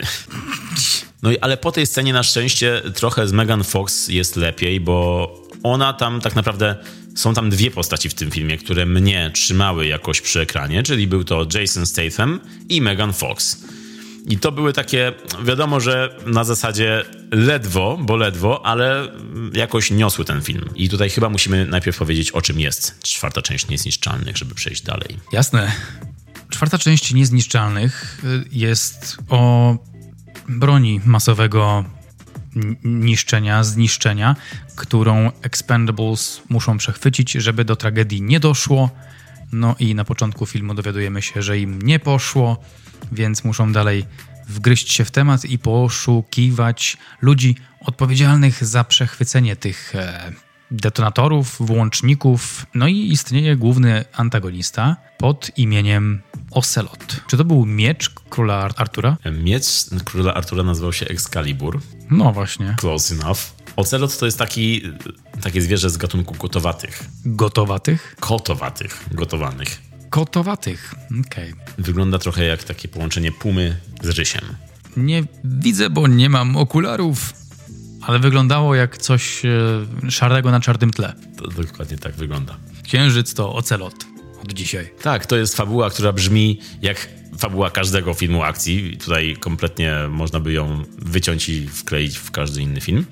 No i ale po tej scenie na szczęście trochę z Megan Fox jest lepiej, bo ona tam tak naprawdę... Są tam dwie postaci w tym filmie, które mnie trzymały jakoś przy ekranie, czyli był to Jason Statham i Megan Fox. I to były takie, wiadomo, że na zasadzie ledwo, bo ledwo, ale jakoś niosły ten film. I tutaj chyba musimy najpierw powiedzieć, o czym jest czwarta część Niezniszczalnych, żeby przejść dalej. Jasne. Czwarta część Niezniszczalnych jest o broni masowego niszczenia, zniszczenia, którą Expendables muszą przechwycić, żeby do tragedii nie doszło. No i na początku filmu dowiadujemy się, że im nie poszło, więc muszą dalej wgryźć się w temat i poszukiwać ludzi odpowiedzialnych za przechwycenie tych e, detonatorów, włączników. No i istnieje główny antagonista pod imieniem Ocelot. Czy to był miecz króla Artura? Miecz króla Artura nazywał się Excalibur. No właśnie. Close enough. Ocelot to jest taki, takie zwierzę z gatunku kotowatych. Gotowatych? Kotowatych, gotowanych. Kotowatych, okej. Okay. Wygląda trochę jak takie połączenie pumy z rysiem. Nie widzę, bo nie mam okularów, ale wyglądało jak coś e, szarego na czarnym tle. To dokładnie tak wygląda. Księżyc to Ocelot od dzisiaj. Tak, to jest fabuła, która brzmi jak fabuła każdego filmu akcji. Tutaj kompletnie można by ją wyciąć i wkleić w każdy inny film.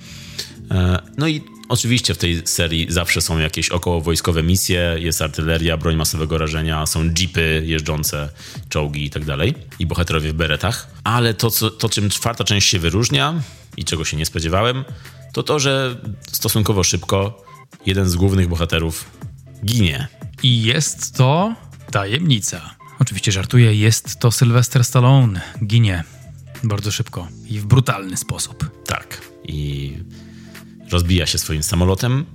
No i oczywiście w tej serii zawsze są jakieś okołowojskowe misje, jest artyleria, broń masowego rażenia, są jeepy jeżdżące, czołgi i tak dalej, i bohaterowie w beretach. Ale to, co, to, czym czwarta część się wyróżnia i czego się nie spodziewałem, to to, że stosunkowo szybko jeden z głównych bohaterów ginie. I jest to tajemnica. Oczywiście żartuję, jest to Sylvester Stallone. Ginie bardzo szybko i w brutalny sposób. Tak. I rozbija się swoim samolotem.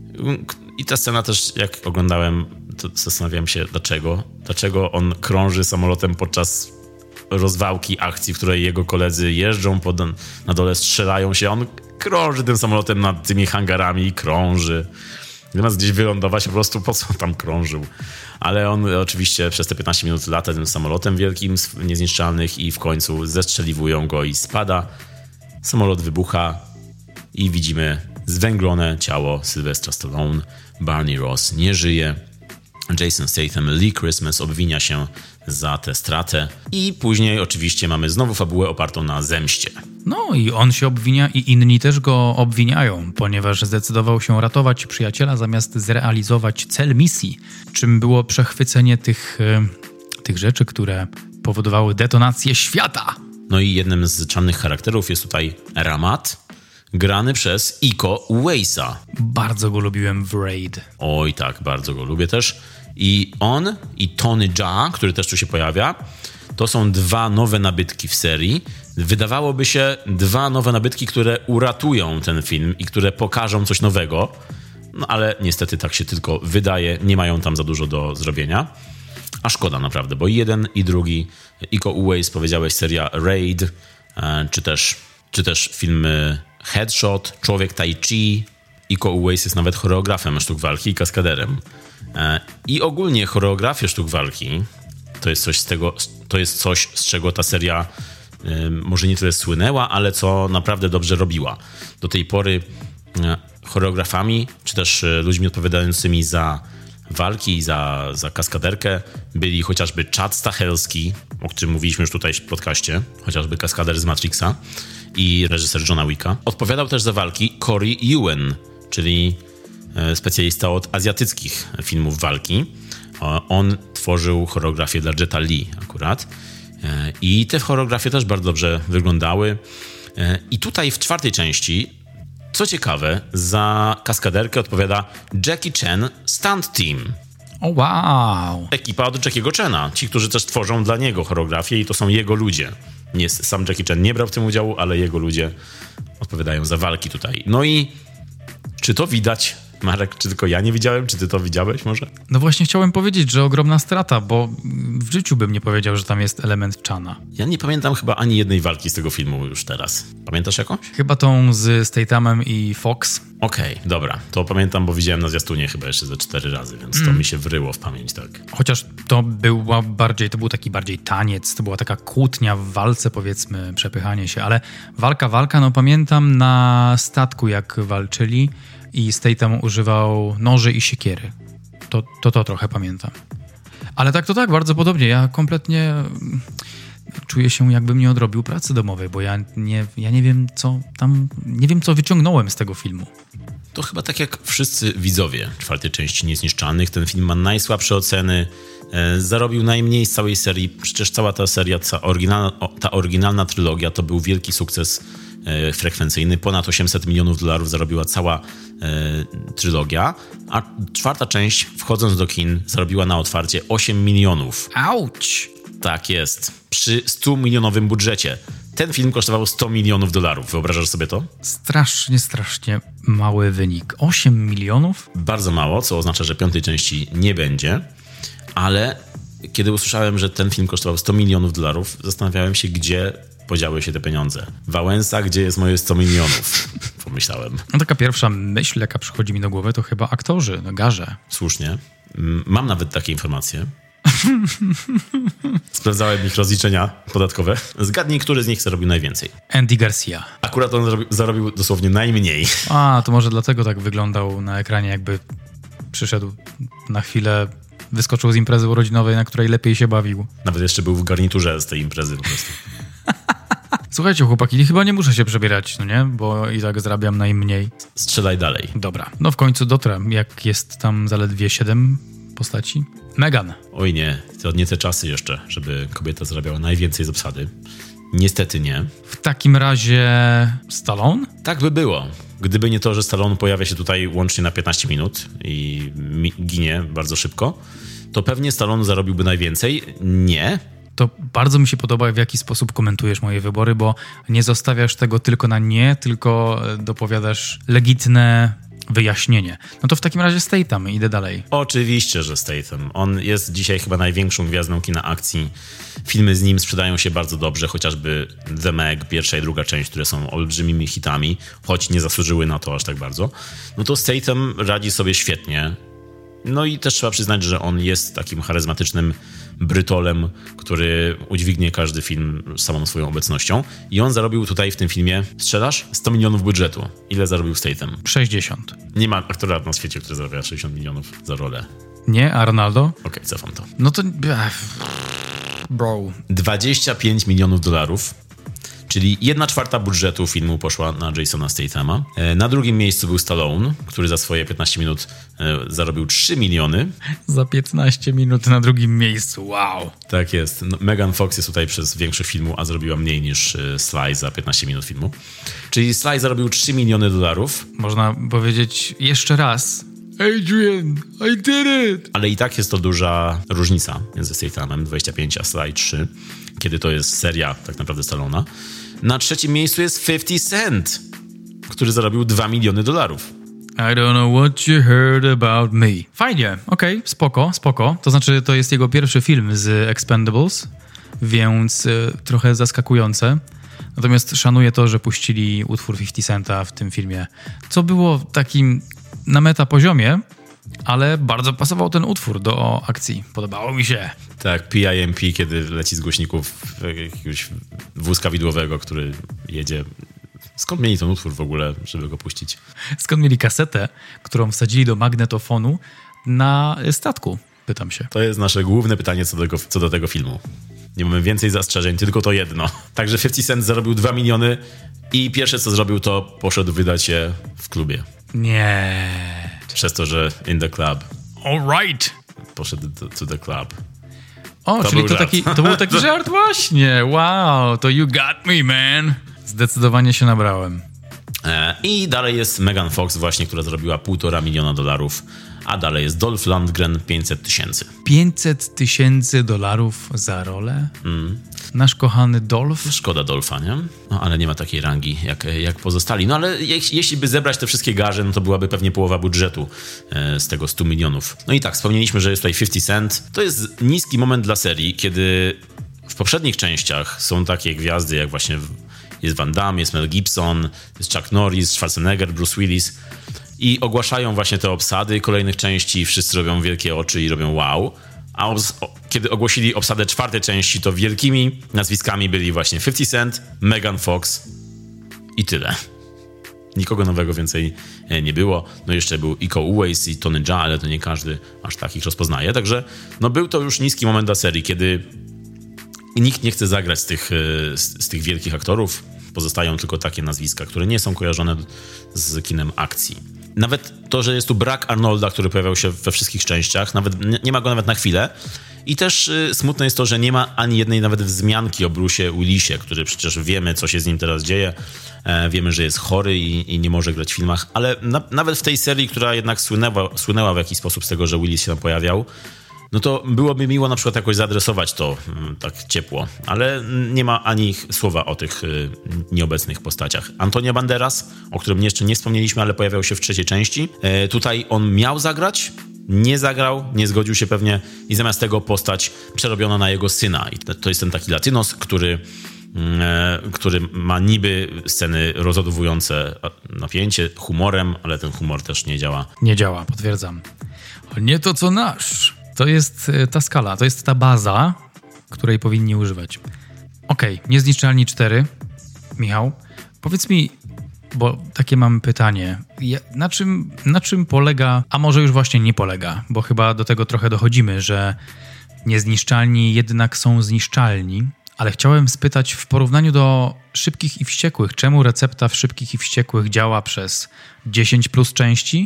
I ta scena też, jak oglądałem, to zastanawiałem się, dlaczego. Dlaczego on krąży samolotem podczas rozwałki akcji, w której jego koledzy jeżdżą pod, na dole, strzelają się. On krąży tym samolotem nad tymi hangarami i krąży. Zamiast gdzieś wylądować, po prostu po co on tam krążył. Ale on oczywiście przez te piętnaście minut lata tym samolotem wielkim, niezniszczalnych, i w końcu zestrzeliwują go i spada. Samolot wybucha i widzimy zwęglone ciało Sylvestra Stallone. Barney Ross nie żyje. Jason Statham, Lee Christmas obwinia się za tę stratę. I później oczywiście mamy znowu fabułę opartą na zemście. No i on się obwinia i inni też go obwiniają, ponieważ zdecydował się ratować przyjaciela zamiast zrealizować cel misji, czym było przechwycenie tych, tych rzeczy, które powodowały detonację świata. No i jednym z czarnych charakterów jest tutaj Ramat, grany przez Iko Uwejsa. Bardzo go lubiłem w Raid. Oj tak, bardzo go lubię też. I on i Tony Jaa, który też tu się pojawia, to są dwa nowe nabytki w serii. Wydawałoby się dwa nowe nabytki, które uratują ten film i które pokażą coś nowego. No ale niestety tak się tylko wydaje. Nie mają tam za dużo do zrobienia. A szkoda naprawdę, bo i jeden i drugi. Iko Uwais, powiedziałeś, seria Raid, czy też, czy też filmy Headshot, Człowiek Tai Chi. Iko Uwais jest nawet choreografem sztuk walki i kaskaderem. I ogólnie choreografię sztuk walki to jest coś z tego, to jest coś, z czego ta seria może nie tyle słynęła, ale co naprawdę dobrze robiła. Do tej pory choreografami, czy też ludźmi odpowiadającymi za walki i za, za kaskaderkę byli chociażby Chad Stahelski, o którym mówiliśmy już tutaj w podcaście, chociażby kaskader z Matrixa, i reżyser Johna Wicka. Odpowiadał też za walki Corey Yuen, czyli specjalista od azjatyckich filmów walki. On tworzył choreografię dla Jeta Li akurat. I te choreografie też bardzo dobrze wyglądały. I tutaj w czwartej części, co ciekawe, za kaskaderkę odpowiada Jackie Chan Stunt Team. O oh, wow! Ekipa od Jackiego Chana. Ci, którzy też tworzą dla niego choreografię, i to są jego ludzie. Nie, sam Jackie Chan nie brał w tym udziału, ale jego ludzie odpowiadają za walki tutaj. No i czy to widać, Marek, czy tylko ja nie widziałem? Czy ty to widziałeś może? No właśnie chciałem powiedzieć, że ogromna strata, bo w życiu bym nie powiedział, że tam jest element Chana. Ja nie pamiętam chyba ani jednej walki z tego filmu już teraz. Pamiętasz jakąś? Chyba tą z Stathamem i Fox. Okej, okay, dobra. To pamiętam, bo widziałem na zwiastunie chyba jeszcze ze cztery razy, więc mm. to mi się wryło w pamięć, tak. Chociaż to była bardziej, to był taki bardziej taniec, to była taka kłótnia w walce, powiedzmy, przepychanie się, ale walka, walka, no pamiętam na statku, jak walczyli, i Statham używał noży i siekiery. To, to to trochę pamiętam. Ale tak to tak, bardzo podobnie. Ja kompletnie czuję się, jakbym nie odrobił pracy domowej, bo ja nie, ja nie wiem, co tam, nie wiem, co wyciągnąłem z tego filmu. To chyba tak jak wszyscy widzowie czwartej części Niezniszczalnych. Ten film ma najsłabsze oceny, e, zarobił najmniej z całej serii. Przecież cała ta seria, ta oryginalna, ta oryginalna trylogia to był wielki sukces e, frekwencyjny. Ponad osiemset milionów dolarów zarobiła cała e, trylogia, a czwarta część, wchodząc do kin, zarobiła na otwarcie osiem milionów. Auć! Tak jest. Przy stu milionowym budżecie. Ten film kosztował sto milionów dolarów. Wyobrażasz sobie to? Strasznie, strasznie mały wynik. osiem milionów? Bardzo mało, co oznacza, że piątej części nie będzie. Ale kiedy usłyszałem, że ten film kosztował sto milionów dolarów, zastanawiałem się, gdzie podziały się te pieniądze. Wałęsa, gdzie jest moje sto milionów? Pomyślałem. No taka pierwsza myśl, jaka przychodzi mi do głowy, to chyba aktorzy, no garze. Słusznie. Mam nawet takie informacje. Sprawdzałem ich rozliczenia podatkowe. Zgadnij, który z nich zarobił najwięcej. Andy Garcia. Akurat on zarobił, zarobił dosłownie najmniej. A, to może dlatego tak wyglądał na ekranie, jakby przyszedł na chwilę, wyskoczył z imprezy urodzinowej, na której lepiej się bawił. Nawet jeszcze był w garniturze z tej imprezy po prostu. Słuchajcie, chłopaki, chyba nie muszę się przebierać, no nie? Bo i tak zarabiam najmniej. Strzelaj dalej. Dobra, no w końcu dotrę, jak jest tam zaledwie siedem postaci. Megan. Oj nie, to nie te czasy jeszcze, żeby kobieta zarabiała najwięcej z obsady. Niestety nie. W takim razie Stallone? Tak by było. Gdyby nie to, że Stallone pojawia się tutaj łącznie na piętnaście minut i mi- ginie bardzo szybko, to pewnie Stallone zarobiłby najwięcej. Nie. To bardzo mi się podoba, w jaki sposób komentujesz moje wybory, bo nie zostawiasz tego tylko na nie, tylko dopowiadasz legitne wyjaśnienie. No to w takim razie Statham, idę dalej. Oczywiście, że Statham. On jest dzisiaj chyba największą gwiazdą kina akcji. Filmy z nim sprzedają się bardzo dobrze, chociażby The Meg, pierwsza i druga część, które są olbrzymimi hitami, choć nie zasłużyły na to aż tak bardzo. No to Statham radzi sobie świetnie. No i też trzeba przyznać, że on jest takim charyzmatycznym brytolem, który udźwignie każdy film samą swoją obecnością. I on zarobił tutaj w tym filmie, strzelasz? sto milionów budżetu. Ile zarobił Statham? sześćdziesiąt. Nie ma aktora na świecie, który zarabia sześćdziesiąt milionów za rolę. Nie? Arnaldo? Okej, okay, cofam to. No to... Bro. dwadzieścia pięć milionów dolarów, czyli jedna czwarta budżetu filmu poszła na Jasona Stathama. Na drugim miejscu był Stallone, który za swoje piętnaście minut zarobił trzy miliony. Za piętnaście minut na drugim miejscu, wow. Tak jest. No, Megan Fox jest tutaj przez większość filmu, a zrobiła mniej niż Sly za piętnaście minut filmu. Czyli Sly zarobił trzy miliony dolarów. Można powiedzieć jeszcze raz. Adrian, I did it! Ale i tak jest to duża różnica między Stathamem dwadzieścia pięć a Sly trzy, kiedy to jest seria tak naprawdę Stallona. Na trzecim miejscu jest fifty Cent, który zarobił dwa miliony dolarów. I don't know what you heard about me. Fajnie, okej, okay, spoko, spoko. To znaczy, to jest jego pierwszy film z Expendables, więc y, trochę zaskakujące. Natomiast szanuję to, że puścili utwór fifty Centa w tym filmie, co było takim na meta poziomie, ale bardzo pasował ten utwór do akcji. Podobało mi się. Tak, P I M P, kiedy leci z głośników jakiegoś wózka widłowego, który jedzie. Skąd mieli ten utwór w ogóle, żeby go puścić? Skąd mieli kasetę, którą wsadzili do magnetofonu na statku? Pytam się. To jest nasze główne pytanie co do tego, co do tego filmu. Nie mamy więcej zastrzeżeń, tylko to jedno. Także fifty Cent zarobił dwa miliony i pierwsze co zrobił, to poszedł wydać się w klubie. Nie. Przez to, że in the club. All right. Poszedł to, to the club. O, to czyli był to, żart. taki, to był taki żart właśnie. Wow, to you got me, man. Zdecydowanie się nabrałem. E, I dalej jest Megan Fox właśnie, która zarobiła półtora miliona dolarów, a dalej jest Dolph Lundgren pięćset tysięcy. pięćset tysięcy dolarów za rolę? Mm. Nasz kochany Dolph? Szkoda Dolpha, nie? No, ale nie ma takiej rangi jak, jak pozostali. No ale je, jeśli by zebrać te wszystkie garze, no to byłaby pewnie połowa budżetu e, z tego stu milionów. No i tak, wspomnieliśmy, że jest tutaj fifty Cent. To jest niski moment dla serii, kiedy w poprzednich częściach są takie gwiazdy jak właśnie jest Van Damme, jest Mel Gibson, jest Chuck Norris, Schwarzenegger, Bruce Willis i ogłaszają właśnie te obsady kolejnych części, wszyscy robią wielkie oczy i robią wow. A obs- o, kiedy ogłosili obsadę czwartej części, to wielkimi nazwiskami byli właśnie fifty Cent, Megan Fox i tyle. Nikogo nowego więcej nie było. No jeszcze był Iko Uwais i Tony Jaa, ale to nie każdy aż tak ich rozpoznaje. Także no był to już niski moment dla serii, kiedy nikt nie chce zagrać z tych, z, z tych wielkich aktorów. Pozostają tylko takie nazwiska, które nie są kojarzone z kinem akcji. Nawet to, że jest tu brak Arnolda, który pojawiał się we wszystkich częściach, nawet nie, nie ma go nawet na chwilę. I też y, smutne jest to, że nie ma ani jednej nawet wzmianki o Bruce'ie Willisie, który przecież wiemy, co się z nim teraz dzieje. E, wiemy, że jest chory i, i nie może grać w filmach, ale na, nawet w tej serii, która jednak słynęła, słynęła w jakiś sposób z tego, że Willis się tam pojawiał, no to byłoby miło na przykład jakoś zaadresować to mm, tak ciepło, ale nie ma ani słowa o tych y, nieobecnych postaciach. Antonio Banderas, o którym jeszcze nie wspomnieliśmy, ale pojawiał się w trzeciej części. E, tutaj on miał zagrać, nie zagrał, nie zgodził się pewnie i zamiast tego postać przerobiono na jego syna. I to jest ten taki latynos, który, e, który ma niby sceny rozładowujące napięcie humorem, ale ten humor też nie działa. Nie działa, potwierdzam. Nie to, co nasz. To jest ta skala, to jest ta baza, której powinni używać. Okej, okay, Niezniszczalni cztery. Michał, powiedz mi, bo takie mam pytanie. Na czym, na czym polega, a może już właśnie nie polega, bo chyba do tego trochę dochodzimy, że niezniszczalni jednak są zniszczalni, ale chciałem spytać w porównaniu do Szybkich i Wściekłych, czemu recepta w Szybkich i Wściekłych działa przez dziesięć plus części,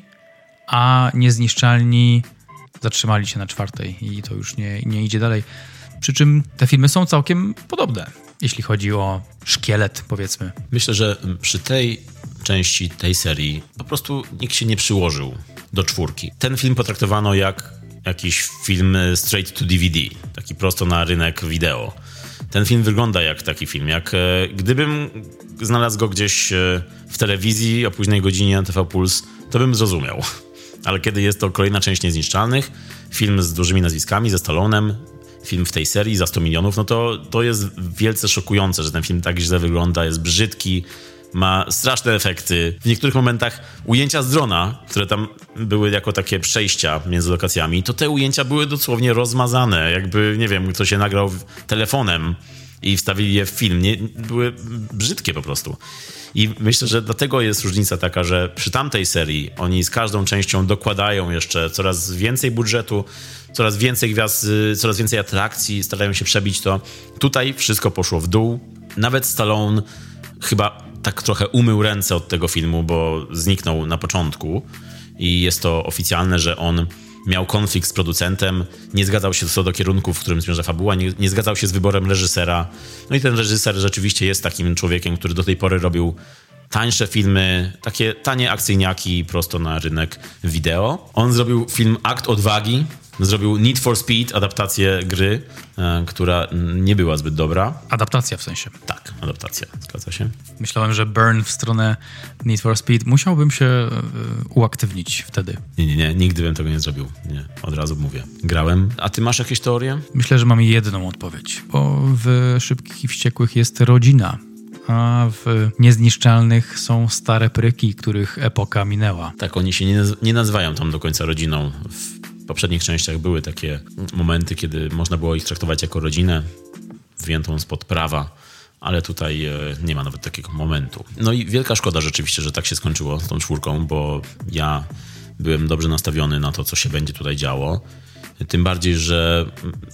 a niezniszczalni zatrzymali się na czwartej i to już nie, nie idzie dalej. Przy czym te filmy są całkiem podobne, jeśli chodzi o szkielet, powiedzmy. Myślę, że przy tej części, tej serii po prostu nikt się nie przyłożył do czwórki. Ten film potraktowano jak jakiś film straight to D V D, taki prosto na rynek wideo. Ten film wygląda jak taki film, jak e, gdybym znalazł go gdzieś e, w telewizji o późnej godzinie na T V Puls, to bym zrozumiał. Ale kiedy jest to kolejna część Niezniszczalnych, film z dużymi nazwiskami, ze Stallonem, film w tej serii za sto milionów, no to, to jest wielce szokujące, że ten film tak źle wygląda, jest brzydki, ma straszne efekty. W niektórych momentach ujęcia z drona, które tam były jako takie przejścia między lokacjami, to te ujęcia były dosłownie rozmazane, jakby, nie wiem, ktoś się nagrał telefonem i wstawili je w film. Nie, były brzydkie po prostu. I myślę, że dlatego jest różnica taka, że przy tamtej serii oni z każdą częścią dokładają jeszcze coraz więcej budżetu, coraz więcej gwiazd, coraz więcej atrakcji, starają się przebić to. Tutaj wszystko poszło w dół. Nawet Stallone chyba tak trochę umył ręce od tego filmu, bo zniknął na początku i jest to oficjalne, że on miał konflikt z producentem, nie zgadzał się co do kierunku, w którym zmierza fabuła, nie, nie zgadzał się z wyborem reżysera. No i ten reżyser rzeczywiście jest takim człowiekiem, który do tej pory robił tańsze filmy, takie tanie akcyjniaki prosto na rynek wideo. On zrobił film Akt Odwagi, zrobił Need for Speed, adaptację gry, e, która nie była zbyt dobra. Adaptacja w sensie. Tak, adaptacja, zgadza się. Myślałem, że Burn w stronę Need for Speed. Musiałbym się e, uaktywnić wtedy. Nie, nie, nie, nigdy bym tego nie zrobił. Nie, od razu mówię. Grałem. A ty masz jakieś teorie? Myślę, że mam jedną odpowiedź, bo w Szybkich i Wściekłych jest rodzina, a w Niezniszczalnych są stare pryki, których epoka minęła. Tak, oni się nie, naz- nie nazywają tam do końca rodziną. W poprzednich częściach były takie momenty, kiedy można było ich traktować jako rodzinę wyjętą spod prawa, ale tutaj e, nie ma nawet takiego momentu. No i wielka szkoda rzeczywiście, że tak się skończyło z tą czwórką, bo ja byłem dobrze nastawiony na to, co się będzie tutaj działo. Tym bardziej, że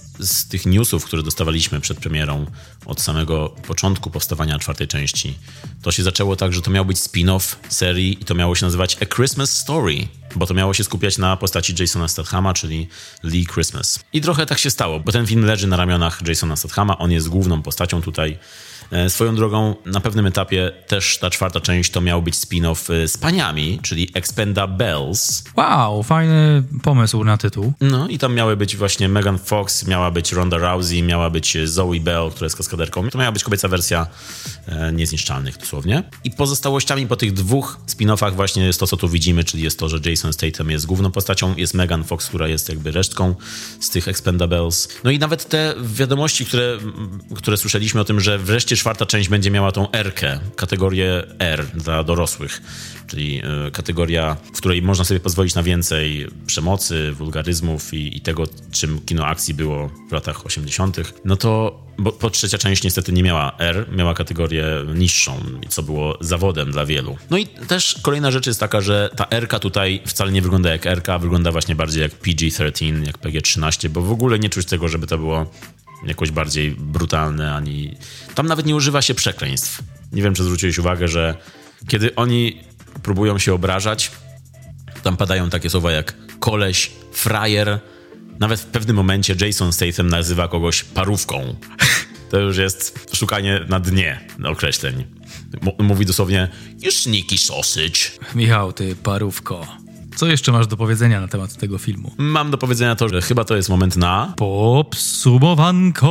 z tych newsów, które dostawaliśmy przed premierą od samego początku powstawania czwartej części, to się zaczęło tak, że to miał być spin-off serii i to miało się nazywać A Christmas Story, bo to miało się skupiać na postaci Jasona Stathama, czyli Lee Christmas. I trochę tak się stało, bo ten film leży na ramionach Jasona Stathama, on jest główną postacią tutaj. Swoją drogą, na pewnym etapie też ta czwarta część to miał być spin-off z paniami, czyli Expendables. Wow, fajny pomysł na tytuł. No i tam miały być właśnie Megan Fox, miała być Ronda Rousey, miała być Zoe Bell, która jest kaskaderką. To miała być kobieca wersja e, Niezniszczalnych dosłownie. I pozostałościami po tych dwóch spin-offach właśnie jest to, co tu widzimy, czyli jest to, że Jason Statham jest główną postacią, jest Megan Fox, która jest jakby resztką z tych Expendables. No i nawet te wiadomości, które, które słyszeliśmy o tym, że wreszcie czwarta część będzie miała tą R-kę, kategorię R dla dorosłych, czyli y, kategoria, w której można sobie pozwolić na więcej przemocy, wulgaryzmów i, i tego, czym kino akcji było w latach osiemdziesiątych. No to, bo, bo trzecia część niestety nie miała R, miała kategorię niższą, co było zawodem dla wielu. No i też kolejna rzecz jest taka, że ta R-ka tutaj wcale nie wygląda jak R-ka, wygląda właśnie bardziej jak P G trzynaście, jak P G trzynaście, bo w ogóle nie czuć tego, żeby to było jakoś bardziej brutalne, ani... Tam nawet nie używa się przekleństw. Nie wiem, czy zwróciłeś uwagę, że kiedy oni próbują się obrażać, Tam padają takie słowa jak koleś, frajer. Nawet w pewnym momencie Jason Statham nazywa kogoś parówką. To już jest szukanie na dnie określeń. M- mówi dosłownie you sneaky sausage. Michał, ty parówko. Co jeszcze masz do powiedzenia na temat tego filmu? Mam do powiedzenia to, że chyba to jest moment na... Popsumowanko.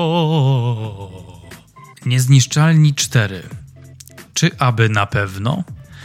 Niezniszczalni cztery. Czy aby na pewno?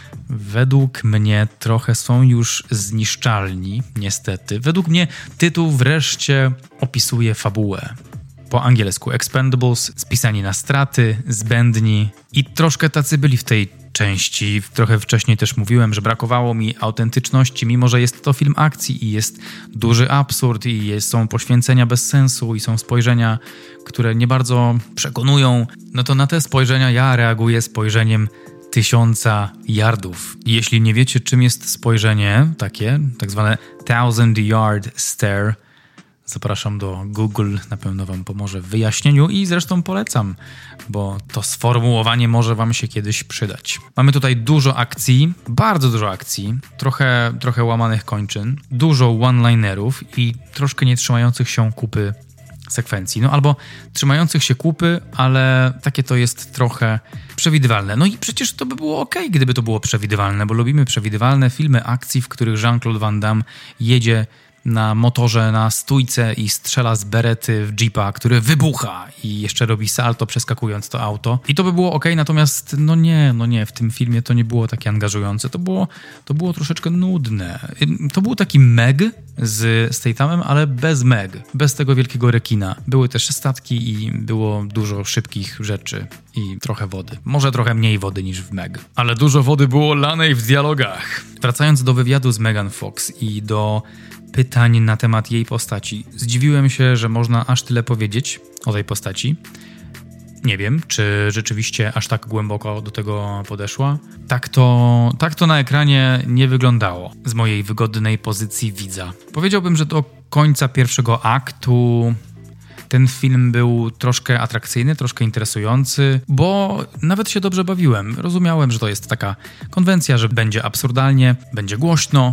Według mnie trochę są już zniszczalni, niestety. Według mnie tytuł wreszcie opisuje fabułę. Po angielsku Expendables, spisani na straty, zbędni i troszkę tacy byli w tej części. Trochę wcześniej też mówiłem, że brakowało mi autentyczności, mimo że jest to film akcji i jest duży absurd i jest, są poświęcenia bez sensu i są spojrzenia, które nie bardzo przekonują. No to na te spojrzenia ja reaguję spojrzeniem tysiąca yardów. Jeśli nie wiecie, czym jest spojrzenie takie, tak zwane thousand yard stare, zapraszam do Google, na pewno wam pomoże w wyjaśnieniu i zresztą polecam, bo to sformułowanie może wam się kiedyś przydać. Mamy tutaj dużo akcji, bardzo dużo akcji, trochę, trochę łamanych kończyn, dużo one-linerów i troszkę nie trzymających się kupy sekwencji. No albo trzymających się kupy, ale takie to jest trochę przewidywalne. No i przecież to by było okej, gdyby to było przewidywalne, bo lubimy przewidywalne filmy akcji, w których Jean-Claude Van Damme jedzie na motorze, na stójce i strzela z berety w jeepa, który wybucha i jeszcze robi salto przeskakując to auto. I to by było okej, natomiast no nie, no nie, w tym filmie to nie było takie angażujące. To było, to było troszeczkę nudne. To był taki Meg z Stathamem, ale bez Meg, bez tego wielkiego rekina. Były też statki i było dużo szybkich rzeczy i trochę wody. Może trochę mniej wody niż w Meg. Ale dużo wody było lanej w dialogach. Wracając do wywiadu z Megan Fox i do pytań na temat jej postaci. Zdziwiłem się, że można aż tyle powiedzieć o tej postaci. Nie wiem, czy rzeczywiście aż tak głęboko do tego podeszła. Tak to, tak to na ekranie nie wyglądało z mojej wygodnej pozycji widza. Powiedziałbym, że do końca pierwszego aktu ten film był troszkę atrakcyjny, troszkę interesujący, bo nawet się dobrze bawiłem. Rozumiałem, że to jest taka konwencja, że będzie absurdalnie, będzie głośno,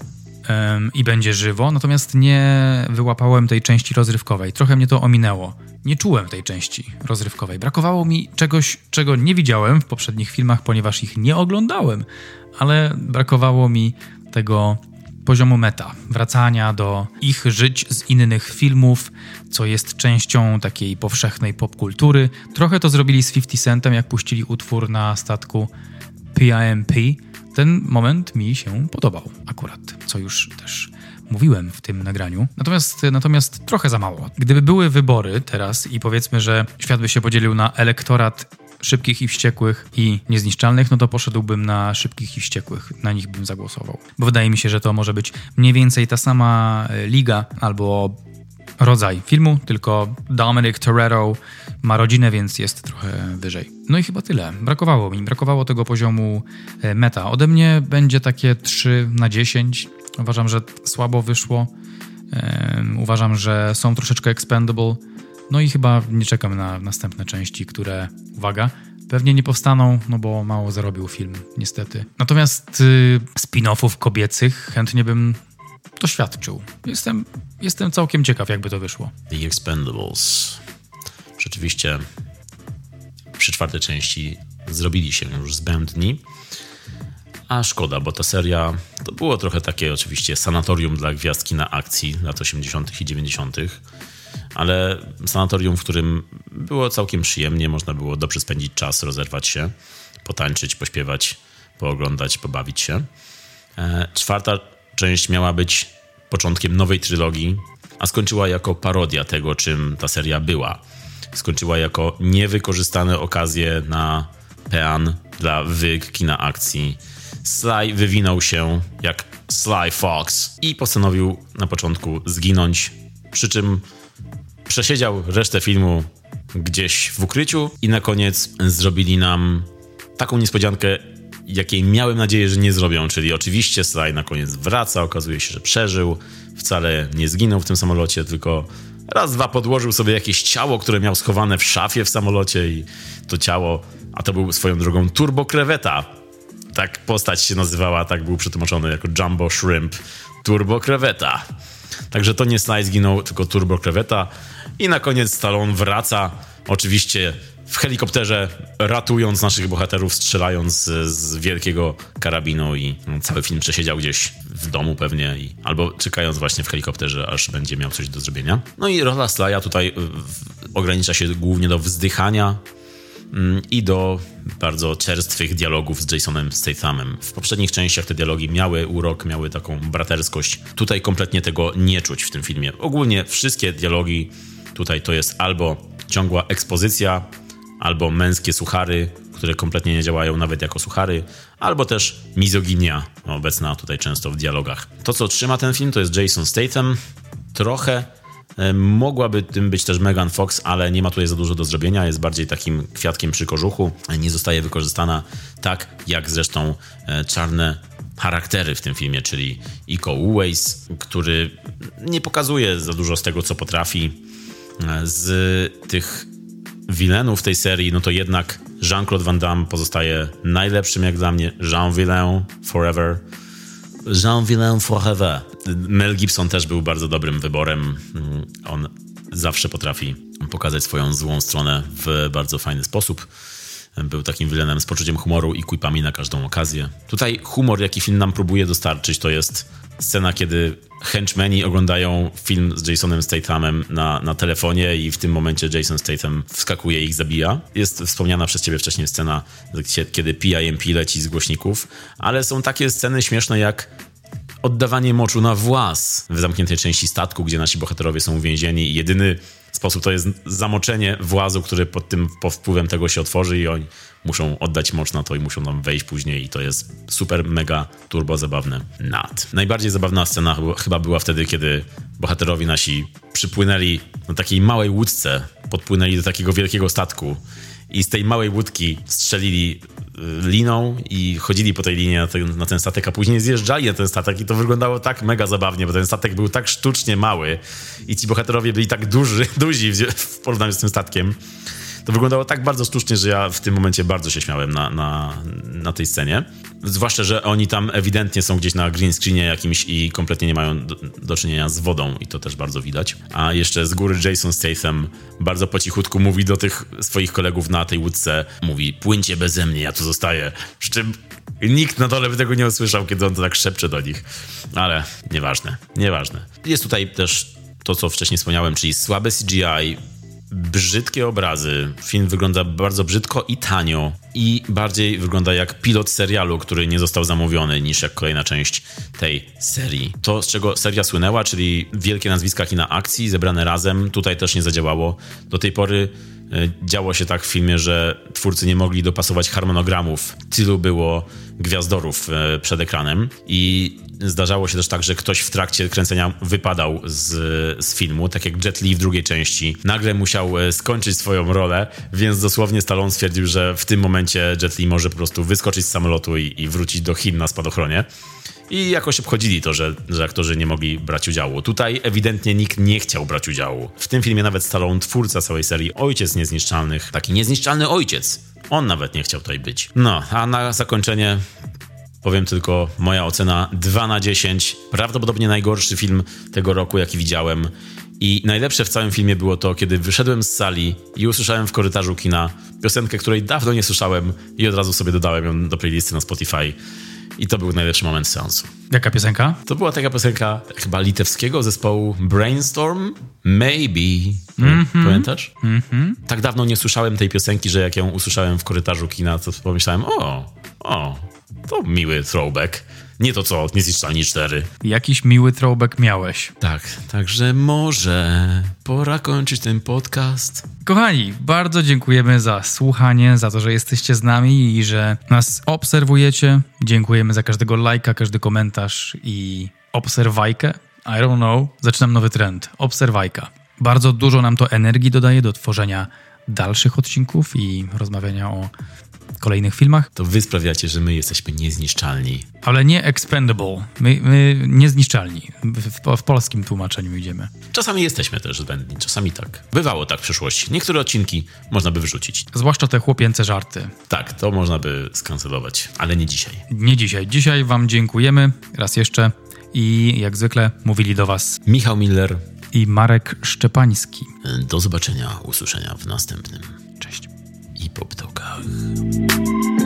i będzie żywo, natomiast nie wyłapałem tej części rozrywkowej. Trochę mnie to ominęło. Nie czułem tej części rozrywkowej. Brakowało mi czegoś, czego nie widziałem w poprzednich filmach, ponieważ ich nie oglądałem, ale brakowało mi tego poziomu meta, wracania do ich żyć z innych filmów, co jest częścią takiej powszechnej popkultury. Trochę to zrobili z fifty Centem, jak puścili utwór na statku P I M P. Ten moment mi się podobał akurat, co już też mówiłem w tym nagraniu. Natomiast, natomiast trochę za mało. Gdyby były wybory teraz i powiedzmy, że świat by się podzielił na elektorat Szybkich i Wściekłych i Niezniszczalnych, no to poszedłbym na Szybkich i Wściekłych. Na nich bym zagłosował. Bo wydaje mi się, że to może być mniej więcej ta sama liga albo rodzaj filmu, tylko Dominic Toretto ma rodzinę, więc jest trochę wyżej. No i chyba tyle. Brakowało mi, brakowało tego poziomu meta. Ode mnie będzie takie trzy na dziesięć. Uważam, że słabo wyszło. Um, uważam, że są troszeczkę expendable. No i chyba nie czekam na następne części, które, uwaga, pewnie nie powstaną, no bo mało zarobił film, niestety. Natomiast y, spin-offów kobiecych chętnie bym doświadczył. Jestem, jestem całkiem ciekaw, jakby to wyszło. The Expendables. Rzeczywiście przy czwartej części zrobili się już zbędni. A szkoda, bo ta seria to było trochę takie oczywiście sanatorium dla gwiazd kina akcji lat osiemdziesiątych i dziewięćdziesiątych. Ale sanatorium, w którym było całkiem przyjemnie, można było dobrze spędzić czas, rozerwać się, potańczyć, pośpiewać, pooglądać, pobawić się. E, czwarta część miała być początkiem nowej trylogii, a skończyła jako parodia tego, czym ta seria była. Skończyła jako niewykorzystane okazje na pean dla wyk kina akcji. Sly wywinął się jak Sly Fox i postanowił na początku zginąć, przy czym przesiedział resztę filmu gdzieś w ukryciu i na koniec zrobili nam taką niespodziankę, jakiej miałem nadzieję, że nie zrobią, czyli oczywiście Sly na koniec wraca, okazuje się, że przeżył, wcale nie zginął w tym samolocie, tylko raz, dwa podłożył sobie jakieś ciało, które miał schowane w szafie w samolocie i to ciało, a to był swoją drogą turbokreweta, tak postać się nazywała, tak był przetłumaczony jako Jumbo Shrimp Turbo Kreweta. Także to nie Sly zginął, tylko Turbo Kreweta. I na koniec Stallone wraca, oczywiście w helikopterze, ratując naszych bohaterów, strzelając z, z wielkiego karabinu i no, cały film przesiedział gdzieś w domu pewnie, i, albo czekając właśnie w helikopterze, aż będzie miał coś do zrobienia. No i rola Sly'a tutaj w, ogranicza się głównie do wzdychania mm, i do bardzo czerstwych dialogów z Jasonem Stathamem. W poprzednich częściach te dialogi miały urok, miały taką braterskość. Tutaj kompletnie tego nie czuć w tym filmie. Ogólnie wszystkie dialogi tutaj to jest albo ciągła ekspozycja, albo męskie suchary, które kompletnie nie działają nawet jako suchary, albo też mizoginia obecna tutaj często w dialogach. To, co trzyma ten film, to jest Jason Statham. Trochę e, mogłaby tym być też Megan Fox, ale nie ma tutaj za dużo do zrobienia. Jest bardziej takim kwiatkiem przy kożuchu. Nie zostaje wykorzystana tak, jak zresztą e, czarne charaktery w tym filmie, czyli Iko Uwais, który nie pokazuje za dużo z tego, co potrafi. E, z tych wilenów tej serii, no to jednak Jean-Claude Van Damme pozostaje najlepszym jak dla mnie. Jean Villain Forever. Jean Villain Forever. Mel Gibson też był bardzo dobrym wyborem. On zawsze potrafi pokazać swoją złą stronę w bardzo fajny sposób. Był takim villainem z poczuciem humoru i quipami na każdą okazję. Tutaj humor, jaki film nam próbuje dostarczyć, to jest scena, kiedy henchmeni oglądają film z Jasonem Stathamem na, na telefonie i w tym momencie Jason Statham wskakuje i ich zabija. Jest wspomniana przez ciebie wcześniej scena, kiedy P I M P leci z głośników, ale są takie sceny śmieszne jak oddawanie moczu na włas w zamkniętej części statku, gdzie nasi bohaterowie są uwięzieni i jedyny sposób to jest zamoczenie włazu, który pod tym pod wpływem tego się otworzy i oni muszą oddać mocz na to i muszą tam wejść później i to jest super, mega, turbo zabawne. Nad. Najbardziej zabawna scena chyba była wtedy, kiedy bohaterowie nasi przypłynęli na takiej małej łódce, podpłynęli do takiego wielkiego statku i z tej małej łódki strzelili liną i chodzili po tej linie na ten, na ten statek, a później zjeżdżali na ten statek i to wyglądało tak mega zabawnie, bo ten statek był tak sztucznie mały i ci bohaterowie byli tak duży, duzi w porównaniu z tym statkiem. To wyglądało tak bardzo sztucznie, że ja w tym momencie bardzo się śmiałem na, na, na tej scenie. Zwłaszcza, że oni tam ewidentnie są gdzieś na green screenie jakimś i kompletnie nie mają do, do czynienia z wodą i to też bardzo widać. A jeszcze z góry Jason Statham bardzo po cichutku mówi do tych swoich kolegów na tej łódce, mówi: płyńcie beze mnie, ja tu zostaję. Przy czym nikt na dole by tego nie usłyszał, kiedy on to tak szepcze do nich. Ale nieważne, nieważne. Jest tutaj też to, co wcześniej wspomniałem, czyli słabe C G I, brzydkie obrazy. Film wygląda bardzo brzydko i tanio i bardziej wygląda jak pilot serialu, który nie został zamówiony, niż jak kolejna część tej serii. To, z czego seria słynęła, czyli wielkie nazwiska kina akcji zebrane razem, tutaj też nie zadziałało. Do tej pory działo się tak w filmie, że twórcy nie mogli dopasować harmonogramów. Tylu było gwiazdorów przed ekranem i zdarzało się też tak, że ktoś w trakcie kręcenia wypadał z, z filmu, tak jak Jet Li w drugiej części. Nagle musiał skończyć swoją rolę, więc dosłownie Stallone stwierdził, że w tym momencie Jet Li może po prostu wyskoczyć z samolotu i, i wrócić do Chin na spadochronie. I jakoś obchodzili to, że, że aktorzy nie mogli brać udziału. Tutaj ewidentnie nikt nie chciał brać udziału. W tym filmie nawet Stallone, twórca całej serii, ojciec Niezniszczalnych, taki niezniszczalny ojciec, on nawet nie chciał tutaj być. No, a na zakończenie powiem tylko moja ocena dwa na dziesięć. Prawdopodobnie najgorszy film tego roku, jaki widziałem. I najlepsze w całym filmie było to, kiedy wyszedłem z sali i usłyszałem w korytarzu kina piosenkę, której dawno nie słyszałem i od razu sobie dodałem ją do playlisty na Spotify. I to był najlepszy moment seansu. Jaka piosenka? To była taka piosenka chyba litewskiego zespołu Brainstorm. Maybe. Mm-hmm. Pamiętasz? Mm-hmm. Tak dawno nie słyszałem tej piosenki, że jak ją usłyszałem w korytarzu kina, to pomyślałem, o, o, to miły throwback. Nie to co, Niezniszczalni cztery. Jakiś miły throwback miałeś. Tak, także może pora kończyć ten podcast. Kochani, bardzo dziękujemy za słuchanie, za to, że jesteście z nami i że nas obserwujecie. Dziękujemy za każdego lajka, każdy komentarz i obserwajkę. I don't know, zaczynam nowy trend. Obserwajka. Bardzo dużo nam to energii dodaje do tworzenia dalszych odcinków i rozmawiania o kolejnych filmach. To wy sprawiacie, że my jesteśmy niezniszczalni. Ale nie expendable. My, my niezniszczalni. W, w, w polskim tłumaczeniu idziemy. Czasami jesteśmy też zbędni, czasami tak. Bywało tak w przeszłości. Niektóre odcinki można by wyrzucić. Zwłaszcza te chłopięce żarty. Tak, to można by skancelować, ale nie dzisiaj. Nie dzisiaj. Dzisiaj wam dziękujemy raz jeszcze i jak zwykle mówili do was Michał Miller i Marek Szczepański. Do zobaczenia, usłyszenia w następnym. Cześć. I po ptokach.